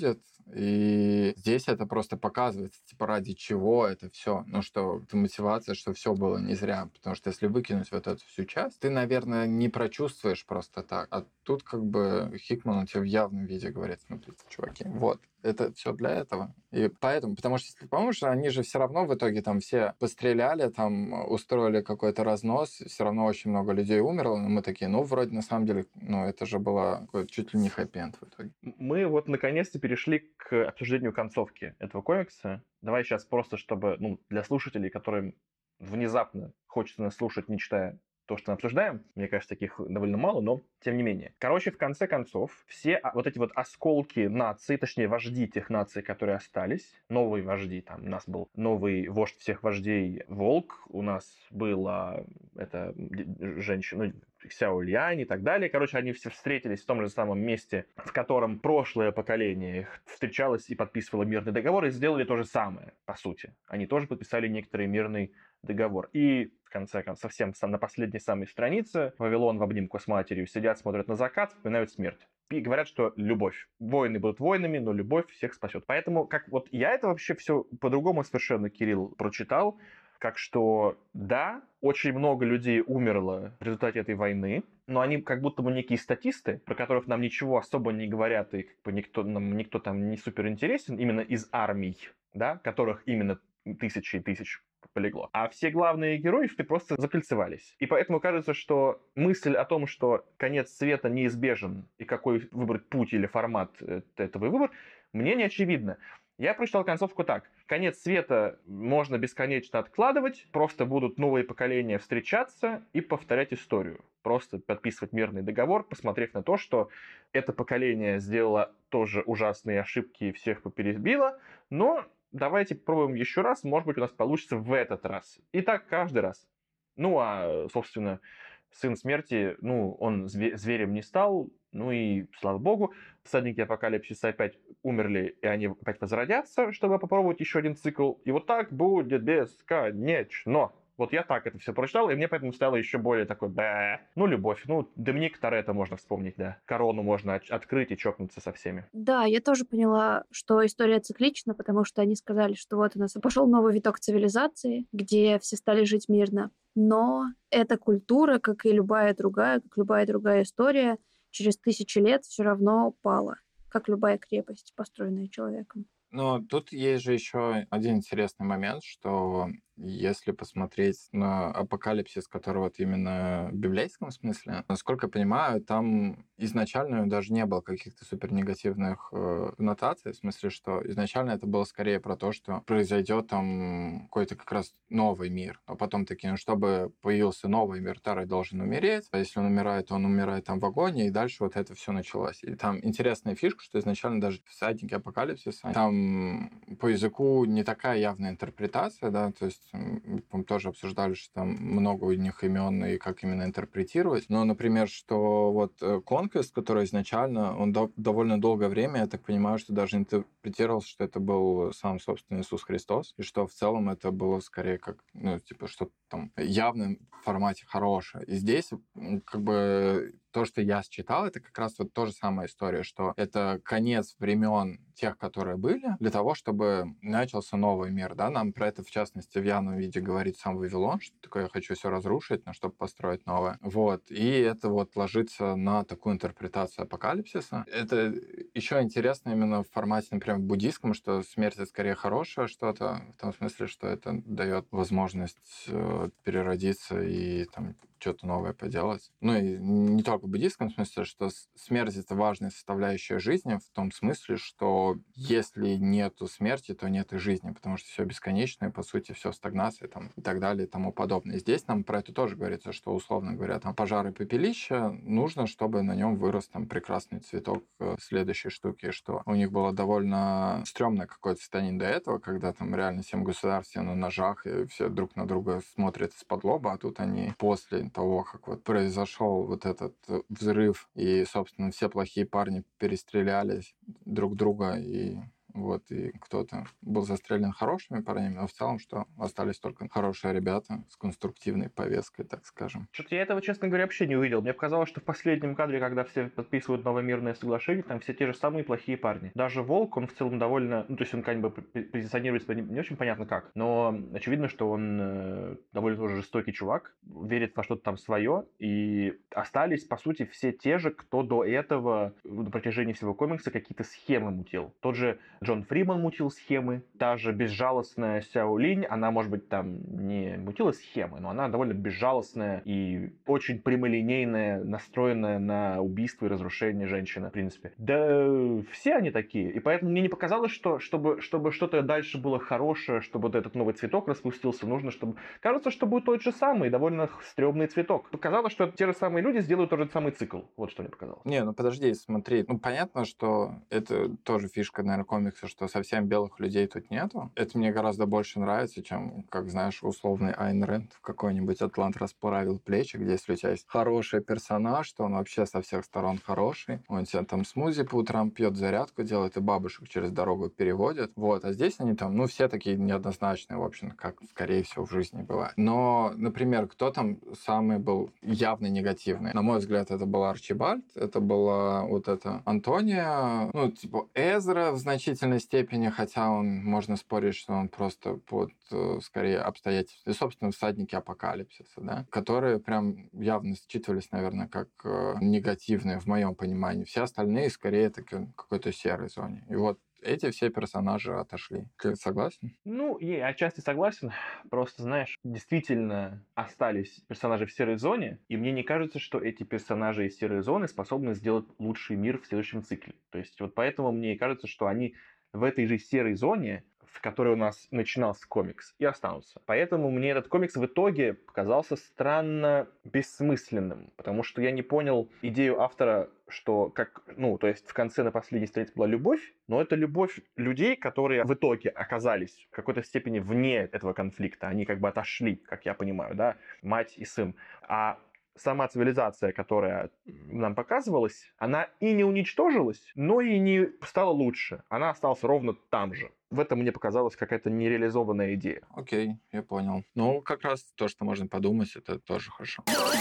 И здесь это просто показывается, типа, ради чего это все. Ну, что это мотивация, что все было не зря. Потому что если выкинуть вот эту всю часть, ты, наверное, не прочувствуешь просто так. А тут как бы Хикман он тебе в явном виде говорит: смотрите, чуваки, вот, это все для этого. И поэтому, потому что, если помнишь, они же все равно в итоге там все постреляли, там устроили какой-то разнос, все равно очень много людей умерло, но мы такие, ну, вроде на самом деле, ну, это же было чуть ли не хэппи-энд в итоге. Мы вот наконец-то перешли к обсуждению концовки этого комикса. Давай сейчас просто, чтобы, ну, для слушателей, которым внезапно хочется нас слушать, не читая то, что мы обсуждаем, мне кажется, таких довольно мало, но тем не менее. Короче, в конце концов, все вот эти вот осколки наций, точнее, вожди тех наций, которые остались, новые вожди, там у нас был новый вождь всех вождей Волк, у нас была эта женщина, ну, Сяо Лянь и так далее. Короче, они все встретились в том же самом месте, в котором прошлое поколение их встречалось и подписывало мирный договор, и сделали то же самое, по сути. Они тоже подписали некоторый мирный договор. И в конце концов, совсем на последней самой странице Вавилон в обнимку с матерью сидят, смотрят на закат, вспоминают смерть. И говорят, что любовь. Войны будут войнами, но любовь всех спасет. Поэтому, как вот я это вообще все по-другому совершенно, Кирилл, прочитал, как что, да, очень много людей умерло в результате этой войны, но они как будто бы некие статисты, про которых нам ничего особо не говорят, и как бы никто, нам никто там не супер интересен, именно из армий, да, которых именно тысячи и тысячи полегло. А все главные герои ты просто закольцевались. И поэтому кажется, что мысль о том, что конец света неизбежен, и какой выбрать путь или формат этого выбора, мне не очевидно. Я прочитал концовку так. Конец света можно бесконечно откладывать, просто будут новые поколения встречаться и повторять историю. Просто подписывать мирный договор, посмотрев на то, что это поколение сделало тоже ужасные ошибки и всех поперебило, но давайте попробуем еще раз, может быть, у нас получится в этот раз. И так каждый раз. Ну, а, собственно, Сын Смерти, ну, он зверем не стал, ну и, слава богу, всадники Апокалипсиса опять умерли, и они опять возродятся, чтобы попробовать еще один цикл. И вот так будет бесконечно. Вот я так это все прочитал, и мне поэтому стало еще более такой, бэ, ну, любовь. Ну, Доминик Торетто можно вспомнить, да. Корону можно открыть и чокнуться со всеми. Да, я тоже поняла, что история циклична, потому что они сказали, что вот у нас пошел новый виток цивилизации, где все стали жить мирно. Но эта культура, как и любая другая, как любая другая история, через тысячи лет все равно пала, как любая крепость, построенная человеком. Но тут есть же еще один интересный момент, что если посмотреть на Апокалипсис, который вот именно в библейском смысле, насколько я понимаю, там изначально даже не было каких-то супер негативных э, нотаций, в смысле, что изначально это было скорее про то, что произойдет там какой-то как раз новый мир, а потом такие, ну, чтобы появился новый мир, старый должен умереть, а если он умирает, то он умирает там в агонии, и дальше вот это все началось. И там интересная фишка, что изначально даже всадники Апокалипсиса, там по языку не такая явная интерпретация, да, то есть мы тоже обсуждали, что там много у них имен и как именно интерпретировать. Но, например, что вот Conquest, который изначально, он до, довольно долгое время, я так понимаю, что даже интерпретировался, что это был сам, собственно, Иисус Христос, и что в целом это было скорее как, ну, типа, что-то там явном формате хорошее. И здесь как бы то, что я считал, это как раз вот та же самая история, что это конец времен тех, которые были, для того, чтобы начался новый мир, да, нам про это, в частности, в явном виде говорит сам Вавилон, что такое, я хочу все разрушить, но чтобы построить новое. Вот, и это вот ложится на такую интерпретацию апокалипсиса. Это еще интересно именно в формате, например, буддийском, что смерть — это скорее хорошее что-то, в том смысле, что это дает возможность э, переродиться и там что-то новое поделать. Ну и не только в буддийском смысле, что смерть — это важная составляющая жизни, в том смысле, что если нету смерти, то нет и жизни, потому что все бесконечно, и, по сути, все стагнация там, и так далее и тому подобное. И здесь нам про это тоже говорится, что, условно говоря, там пожар и пепелище нужно, чтобы на нем вырос там прекрасный цветок следующей штуки, что у них было довольно стрёмное какое-то состояние до этого, когда там реально семь государств все на ножах, и все друг на друга смотрят из-под лоба, а тут они после того, как вот произошел вот этот взрыв, и, собственно, все плохие парни перестрелялись друг друга, и вот, и кто-то был застрелен хорошими парнями, но в целом, что остались только хорошие ребята с конструктивной повесткой, так скажем. Что-то я этого, честно говоря, вообще не увидел. Мне показалось, что в последнем кадре, когда все подписывают новое мирное соглашение, там все те же самые плохие парни. Даже Волк, он в целом довольно... Ну, то есть он как бы позиционирует себя не, не очень понятно как, но очевидно, что он э, довольно тоже жестокий чувак, верит во что-то там свое, и остались, по сути, все те же, кто до этого на протяжении всего комикса какие-то схемы мутил. Тот же Джон Фриман мутил схемы, та же безжалостная Сяо Линь, она, может быть, там не мутила схемы, но она довольно безжалостная и очень прямолинейная, настроенная на убийство и разрушение женщины, в принципе. Да все они такие, и поэтому мне не показалось, что чтобы, чтобы что-то дальше было хорошее, чтобы вот этот новый цветок распустился, нужно, чтобы... Кажется, что будет тот же самый, довольно стрёмный цветок. Показалось, что те же самые люди сделают тот же самый цикл. Вот что мне показалось. Не, ну подожди, смотри. Ну, понятно, что это тоже фишка, наверное, комикса, что совсем белых людей тут нету. Это мне гораздо больше нравится, чем, как знаешь, условный Айн Рэнд в какой-нибудь Атлант расправил плечи, где если у тебя есть хороший персонаж, то он вообще со всех сторон хороший. Он тебе там смузи по утрам пьет, зарядку делает и бабушек через дорогу переводит. Вот, а здесь они там, ну, все такие неоднозначные, в общем, как, скорее всего, в жизни бывает. Но, например, кто там самый был явно негативный? На мой взгляд, это был Арчибальд, это была вот эта Антония, ну, типа Эзра в значительной степени, хотя он, можно спорить, что он просто под, скорее, обстоятельства, и, собственно, всадники апокалипсиса, да, которые прям явно считывались, наверное, как э, негативные в моем понимании. Все остальные, скорее, такой какой-то серой зоне. И вот эти все персонажи отошли. Ты согласен? Ну, я отчасти согласен. Просто, знаешь, действительно остались персонажи в серой зоне, и мне не кажется, что эти персонажи из серой зоны способны сделать лучший мир в следующем цикле. То есть вот поэтому мне кажется, что они в этой же серой зоне, в которой у нас начинался комикс, и останутся. Поэтому мне этот комикс в итоге показался странно бессмысленным, потому что я не понял идею автора, что как, ну, то есть в конце на последней странице была любовь, но это любовь людей, которые в итоге оказались в какой-то степени вне этого конфликта. Они как бы отошли, как я понимаю, да, мать и сын. А сама цивилизация, которая нам показывалась, она и не уничтожилась, но и не стала лучше. Она осталась ровно там же. В этом мне показалась какая-то нереализованная идея. Окей, я понял. Ну, как раз то, что можно подумать, это тоже хорошо.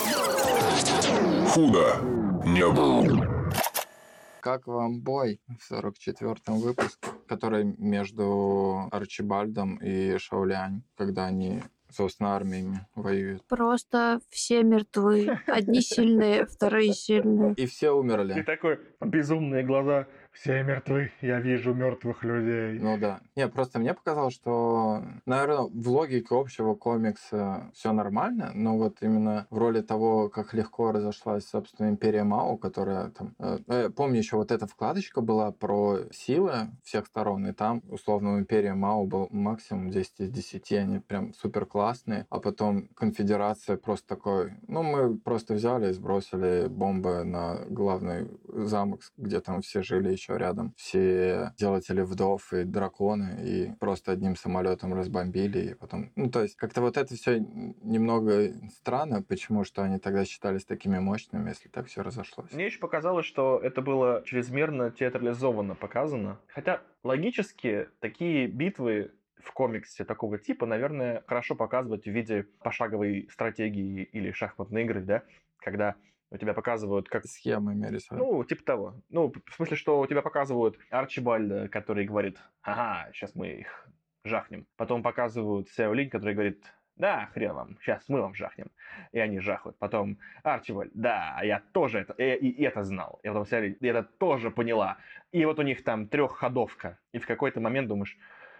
Худо не было. Как вам бой в сорок четвёртом выпуске, который между Арчибальдом и Шаолянь, когда они, собственно, армиями воюют? Просто все мертвы. Одни сильные, вторые сильные. И все И умерли. такой безумные глаза. Все мертвы, я вижу мертвых людей. Ну да. Не, просто мне показалось, что, наверное, в логике общего комикса все нормально, но вот именно в роли того, как легко разошлась, собственно, Империя Мао, которая там... Э, помню, еще вот эта вкладочка была про силы всех сторон, и там, условно, у Империи Мао был максимум десять из десяти, они прям супер классные, а потом Конфедерация просто такой... Ну, мы просто взяли и сбросили бомбы на главный замок, где там все жили еще рядом, все делатели вдов и драконы, и просто одним самолетом разбомбили, и потом... Ну, то есть, как-то вот это все немного странно, почему, что они тогда считались такими мощными, если так все разошлось. Мне еще показалось, что это было чрезмерно театрализованно показано. Хотя логически такие битвы в комиксе такого типа, наверное, хорошо показывать в виде пошаговой стратегии или шахматной игры, да, когда у тебя показывают как... Схемами рисовать. Ну, типа того. Ну, в смысле, что у тебя показывают Арчибальда, который говорит, ага, сейчас мы их жахнем. Потом показывают Сяо Линь, который говорит, да, хрен вам, сейчас мы вам жахнем. И они жахают. Потом Арчибальд, да, я тоже это, и, и это знал. И потом Сяо Линь, я это тоже поняла. И вот у них там трехходовка. И в какой-то момент думаешь,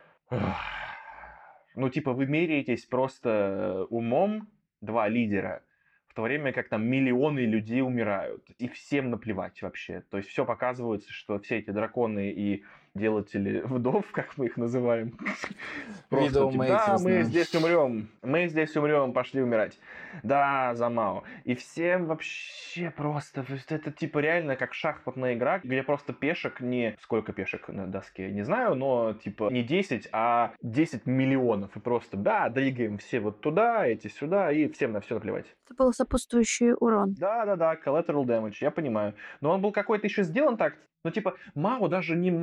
ну, типа, вы меряетесь просто умом, два лидера, в то время как там миллионы людей умирают, и всем наплевать вообще. То есть все показывается, что все эти драконы и делатели вдов, как мы их называем, просто типа, да, мы здесь умрем, мы здесь умрем, пошли умирать. Да, за Мао. И всем вообще просто, это типа реально как шахматная игра, где просто пешек не... Сколько пешек на доске, не знаю, но типа не десять, а десять миллионов. И просто, да, двигаем все вот туда, эти сюда, и всем на все наплевать. Это был сопутствующий урон. Да-да-да, collateral damage, я понимаю. Но он был какой-то еще сделан так, ну, типа, Мао даже не моргнула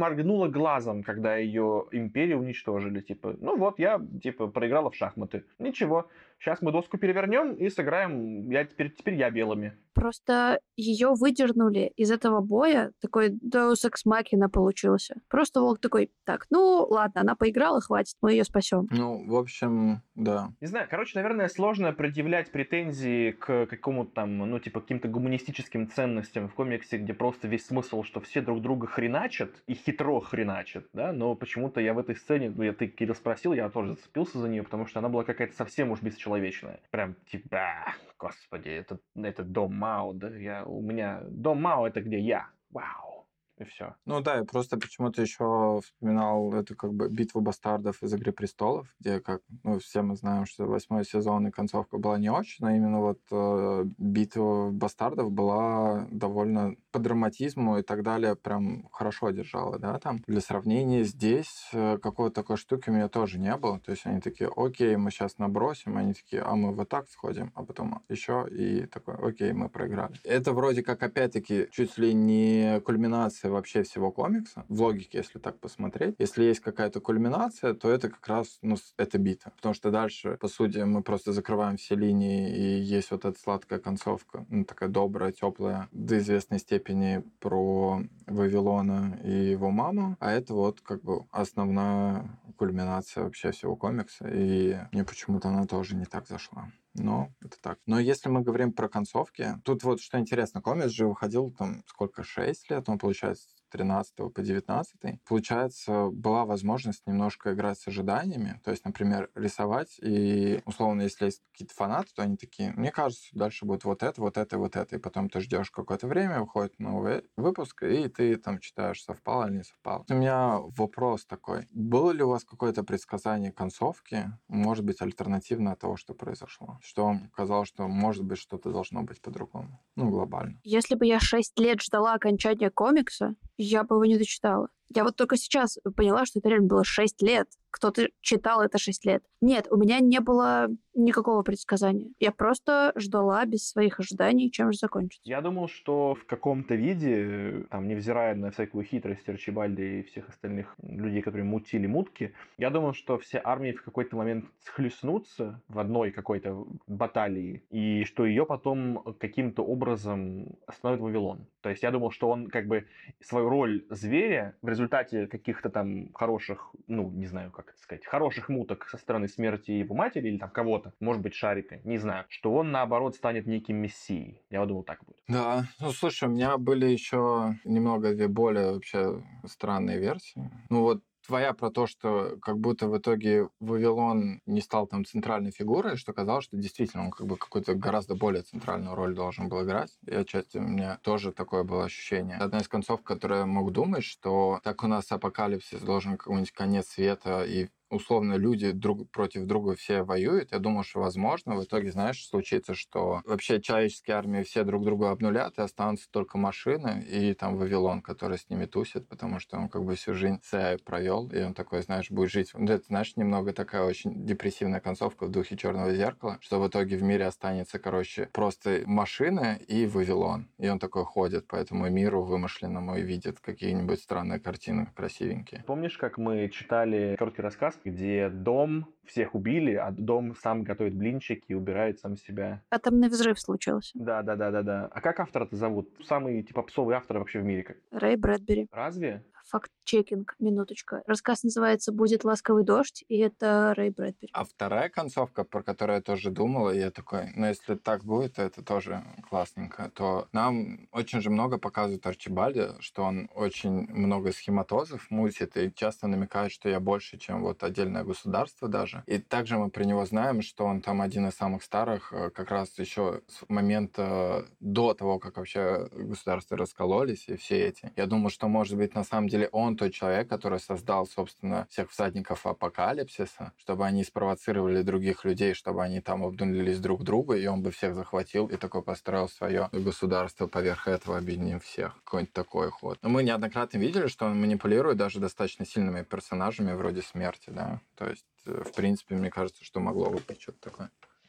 моргнула глазом, когда ее империю уничтожили. Типа, ну вот, я, типа, проиграла в шахматы. Ничего, сейчас мы доску перевернем и сыграем, я теперь, теперь я белыми. Просто ее выдернули из этого боя, такой Deus Ex Machina получился. Просто волк такой, так, ну ладно, она поиграла, хватит, мы ее спасем. Ну, в общем, да. Не знаю, короче, наверное, сложно предъявлять претензии к какому-то там, ну, типа, каким-то гуманистическим ценностям в комиксе, где просто весь смысл, что все друг друга хреначат и хитро хреначат, да, но почему-то я в этой сцене, ну, я ты, Кирилл, спросил, я тоже зацепился за нее, потому что она была какая-то совсем уж бесчеловечная. Прям, типа, господи, это, это дом Мао, да, я, у меня, дом Мао это где я, вау. И все. Ну да, я просто почему-то еще вспоминал эту как бы битву бастардов из «Игры престолов», где, как ну, все мы знаем, что восьмой сезон и концовка была не очень, но именно вот э, битва бастардов была довольно по драматизму и так далее прям хорошо держала, да, там. Для сравнения здесь э, какой-то такой штуки у меня тоже не было, то есть они такие, окей, мы сейчас набросим, они такие, а мы вот так сходим, а потом еще и такой, окей, мы проиграли. Это вроде как опять-таки чуть ли не кульминация вообще всего комикса, в логике, если так посмотреть. Если есть какая-то кульминация, то это как раз, ну, это битва. Потому что дальше, по сути, мы просто закрываем все линии, и есть вот эта сладкая концовка, ну, такая добрая, теплая, до известной степени про Вавилона и его маму. А это вот как бы основная кульминация вообще всего комикса, и мне почему-то она тоже не так зашла. Но это так. Но если мы говорим про концовки, тут вот что интересно, комикс же выходил там сколько, шесть лет, он получается с тринадцатого по девятнадцатый. Получается, была возможность немножко играть с ожиданиями, то есть, например, рисовать, и условно, если есть какие-то фанаты, то они такие, мне кажется, дальше будет вот это, вот это, вот это, и потом ты ждешь какое-то время, выходит новый выпуск, и ты там читаешь, совпало или не совпало. У меня вопрос такой. Было ли у вас какое-то предсказание концовки, может быть, альтернативно от того, что произошло? Что вам казалось, что, может быть, что-то должно быть по-другому? Ну, глобально. Если бы я шесть лет ждала окончания комикса, я бы его не дочитала. Я вот только сейчас поняла, что это реально было шесть лет. Кто-то читал это шесть лет. Нет, у меня не было никакого предсказания. Я просто ждала без своих ожиданий, чем же закончится. Я думал, что в каком-то виде, там, невзирая на всякую хитрость Арчибальда и всех остальных людей, которые мутили мутки, я думал, что все армии в какой-то момент схлестнутся в одной какой-то баталии, и что ее потом каким-то образом остановит Вавилон. То есть я думал, что он как бы свою роль зверя в результате каких-то там хороших, ну, не знаю, как это сказать, хороших муток со стороны смерти его матери или там кого-то, может быть, Шарика, не знаю, что он, наоборот, станет неким мессией. Я думал, так будет. Да, ну, слушай, у меня были еще немного две более вообще странные версии. Ну, вот твоя про то, что как будто в итоге Вавилон не стал там центральной фигурой, что казалось, что действительно он как бы какую-то гораздо более центральную роль должен был играть. И отчасти у меня тоже такое было ощущение. Одна из концов, которую я мог думать, что так у нас апокалипсис должен какой-нибудь конец света, и условно люди друг против друга все воюют. Я думаю, что возможно в итоге, знаешь, случится, что вообще человеческие армии все друг друга обнулят, и останутся только машины и там Вавилон, который с ними тусит, потому что он как бы всю жизнь с эй ай провел, и он такой, знаешь, будет жить. Ну, это, знаешь, немного такая очень депрессивная концовка в духе «Черного зеркала», что в итоге в мире останется, короче, просто машины и Вавилон. И он такой ходит по этому миру вымышленному и видит какие-нибудь странные картины красивенькие. Помнишь, как мы читали короткий рассказ, где дом всех убили, а дом сам готовит блинчики и убирает сам себя? Атомный взрыв случился. Да, да, да, да, да. А как автора-то зовут? Самый типа попсовый автор вообще в мире. Как? Рэй Брэдбери. Разве? Факт-чекинг, минуточка. Рассказ называется «Будет ласковый дождь», и это Рэй Брэдбери. А вторая концовка, про которую я тоже думал, и я такой, ну, если так будет, то это тоже классненько, то нам очень же много показывают Арчибальда, что он очень много схематозов мутит и часто намекает, что я больше, чем вот отдельное государство даже. И также мы про него знаем, что он там один из самых старых, как раз еще с момента до того, как вообще государства раскололись и все эти. Я думаю, что, может быть, на самом деле он тот человек, который создал, собственно, всех всадников апокалипсиса, чтобы они спровоцировали других людей, чтобы они там обнулились друг друга, и он бы всех захватил и такой построил свое государство поверх этого, объединив всех. Какой-нибудь такой ход. Но мы неоднократно видели, что он манипулирует даже достаточно сильными персонажами вроде смерти, да. То есть, в принципе, мне кажется, что могло бы быть что-то такое.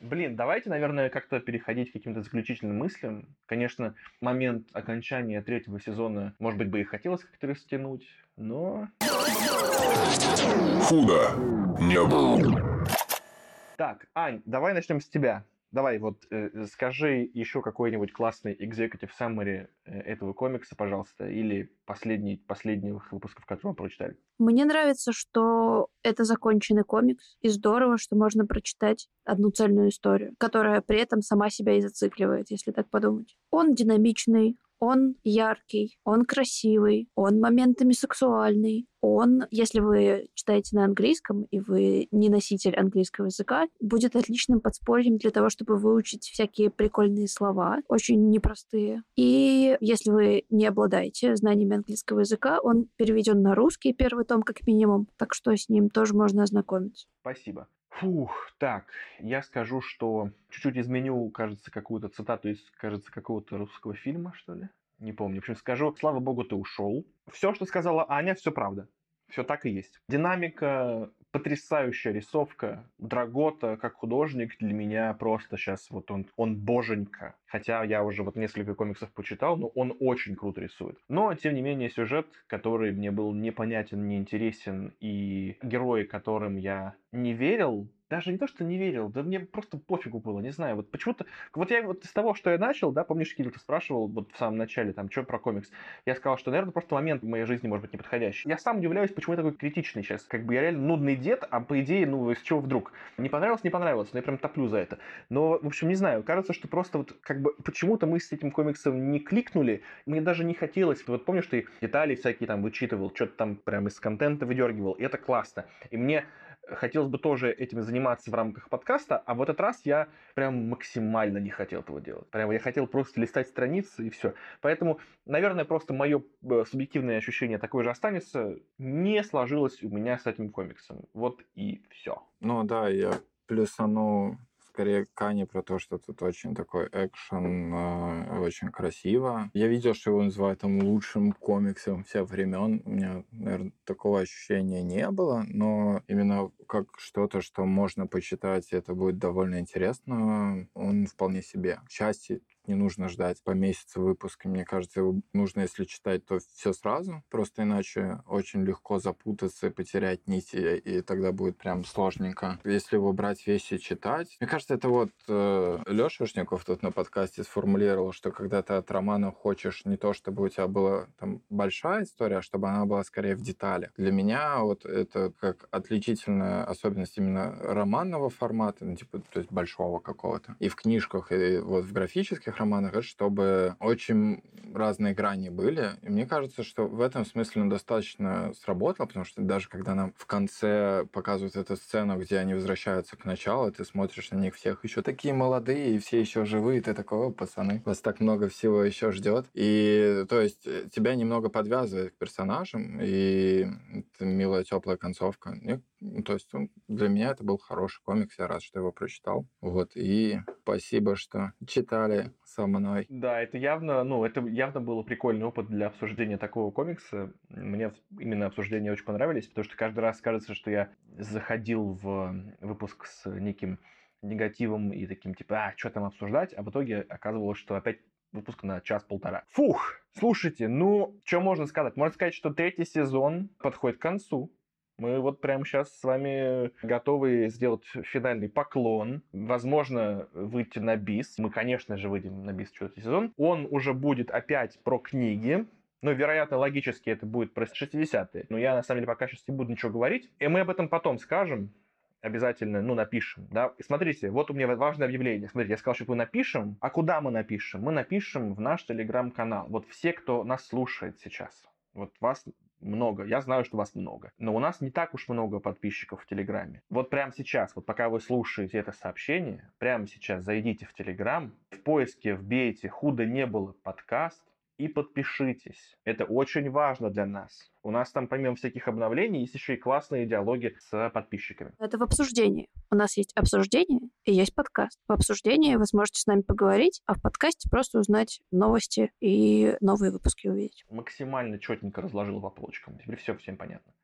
Блин, давайте, наверное, как-то переходить к каким-то заключительным мыслям. Конечно, момент окончания третьего сезона, может быть, бы и хотелось как-то растянуть, но... Худо не было. Так, Ань, давай начнем с тебя. Давай, вот э, скажи еще какой-нибудь классный executive summary э, этого комикса, пожалуйста, или последний, последних выпусков, которые мы прочитали. Мне нравится, что это законченный комикс, и здорово, что можно прочитать одну цельную историю, которая при этом сама себя и зацикливает, если так подумать. Он динамичный, он яркий, он красивый, он моментами сексуальный, он, если вы читаете на английском и вы не носитель английского языка, будет отличным подспорьем для того, чтобы выучить всякие прикольные слова, очень непростые. И если вы не обладаете знаниями английского языка, он переведен на русский, первый том как минимум, так что с ним тоже можно ознакомиться. Спасибо. Фух, так, я скажу, что чуть-чуть изменю, кажется, какую-то цитату из, кажется, какого-то русского фильма, что ли? Не помню. В общем, скажу, слава богу, ты ушел. Все, что сказала Аня, все правда. Все так и есть. Динамика, потрясающая рисовка, Драгота как художник для меня просто сейчас вот он, он боженька. Хотя я уже вот несколько комиксов почитал, но он очень круто рисует. Но, тем не менее, сюжет, который мне был непонятен, неинтересен, и герои, которым я не верил, даже не то, что не верил, да мне просто пофигу было, не знаю, вот почему-то, вот я вот из того, что я начал, да, помнишь, Кирилл, ты спрашивал вот в самом начале, там, что про комикс, я сказал, что, наверное, просто момент в моей жизни может быть неподходящий. Я сам удивляюсь, почему я такой критичный сейчас, как бы я реально нудный дед, а по идее, ну, из чего вдруг? Не понравилось, не понравилось, но я прям топлю за это. Но, в общем, не знаю, кажется, что просто вот, как бы, почему-то мы с этим комиксом не кликнули, мне даже не хотелось, вот помнишь, ты детали всякие там вычитывал, что-то там прям из контента выдергивал, и это классно, и мне хотелось бы тоже этим заниматься в рамках подкаста, а в этот раз я прям максимально не хотел этого делать. Прям я хотел просто листать страницы и все. Поэтому, наверное, просто мое субъективное ощущение такое же останется. Не сложилось у меня с этим комиксом. Вот и все. Ну да, я плюсану скорее Кани про то, что тут очень такой экшен, э, очень красиво. Я видел, что его называют там лучшим комиксом всех времен. У меня, наверное, такого ощущения не было, но именно как что-то, что можно почитать, и это будет довольно интересно, он вполне себе. К счастью, не нужно ждать по месяцу выпуска. Мне кажется, его нужно, если читать, то все сразу. Просто иначе очень легко запутаться, потерять нити, и тогда будет прям сложненько. Если его брать весь и читать... Мне кажется, это вот э, Лёша Ушняков тут на подкасте сформулировал, что когда ты от романа хочешь не то, чтобы у тебя была там большая история, а чтобы она была скорее в деталях. Для меня вот это как отличительная особенность именно романного формата, ну, типа, то есть большого какого-то. И в книжках, и вот в графических романах, это чтобы очень разные грани были. И мне кажется, что в этом смысле он достаточно сработал, потому что даже когда нам в конце показывают эту сцену, где они возвращаются к началу, ты смотришь на них всех еще такие молодые, и все еще живые, ты такой: о, пацаны, вас так много всего еще ждет. И то есть тебя немного подвязывает к персонажам, и это милая, теплая концовка. И, то есть он, для меня это был хороший комикс, я рад, что его прочитал. Вот, и спасибо, что читали со мной. Да, это явно, ну, это явно был прикольный опыт для обсуждения такого комикса. Мне именно обсуждения очень понравились, потому что каждый раз кажется, что я заходил в выпуск с неким негативом и таким, типа, а, что там обсуждать, а в итоге оказывалось, что опять выпуск на час-полтора. Фух, слушайте, ну, что можно сказать? Можно сказать, что третий сезон подходит к концу. Мы вот прямо сейчас с вами готовы сделать финальный поклон. Возможно, выйти на бис. Мы, конечно же, выйдем на бис четвертый сезон. Он уже будет опять про книги. Ну, вероятно, логически это будет про шестидесятые. Но я, на самом деле, пока сейчас не буду ничего говорить. И мы об этом потом скажем. Обязательно, ну, напишем, да. И смотрите, вот у меня важное объявление. Смотрите, я сказал, что мы напишем. А куда мы напишем? Мы напишем в наш телеграм-канал. Вот все, кто нас слушает сейчас. Вот вас много. Я знаю, что вас много. Но у нас не так уж много подписчиков в Телеграме. Вот прямо сейчас, вот пока вы слушаете это сообщение, прямо сейчас зайдите в Телеграм, в поиске вбейте «Худо не было» подкаст и подпишитесь. Это очень важно для нас. У нас там, помимо всяких обновлений, есть еще и классные диалоги с подписчиками. Это в обсуждении. У нас есть обсуждение и есть подкаст. В обсуждении вы сможете с нами поговорить, а в подкасте просто узнать новости и новые выпуски увидеть. Максимально четенько разложил по полочкам. Теперь все всем понятно.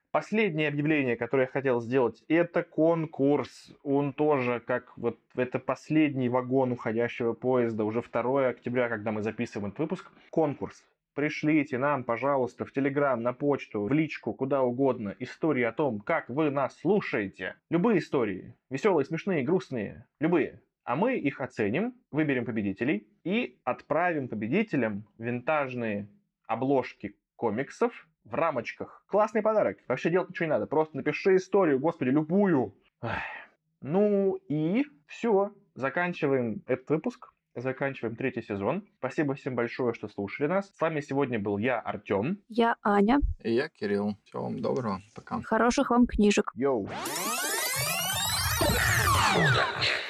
Последнее объявление, которое я хотел сделать, это конкурс. Он тоже, как вот это последний вагон уходящего поезда, уже второго октября, когда мы записываем этот выпуск. Конкурс. Пришлите нам, пожалуйста, в Телеграм, на почту, в личку, куда угодно, истории о том, как вы нас слушаете. Любые истории. Веселые, смешные, грустные. Любые. А мы их оценим, выберем победителей и отправим победителям винтажные обложки комиксов в рамочках. Классный подарок. Вообще делать ничего не надо. Просто напиши историю, господи, любую. Ах. Ну и все. Заканчиваем этот выпуск. Заканчиваем третий сезон. Спасибо всем большое, что слушали нас. С вами сегодня был я, Артем. Я Аня. И я Кирилл. Всего вам доброго. Пока. Хороших вам книжек. Йоу. Удачи.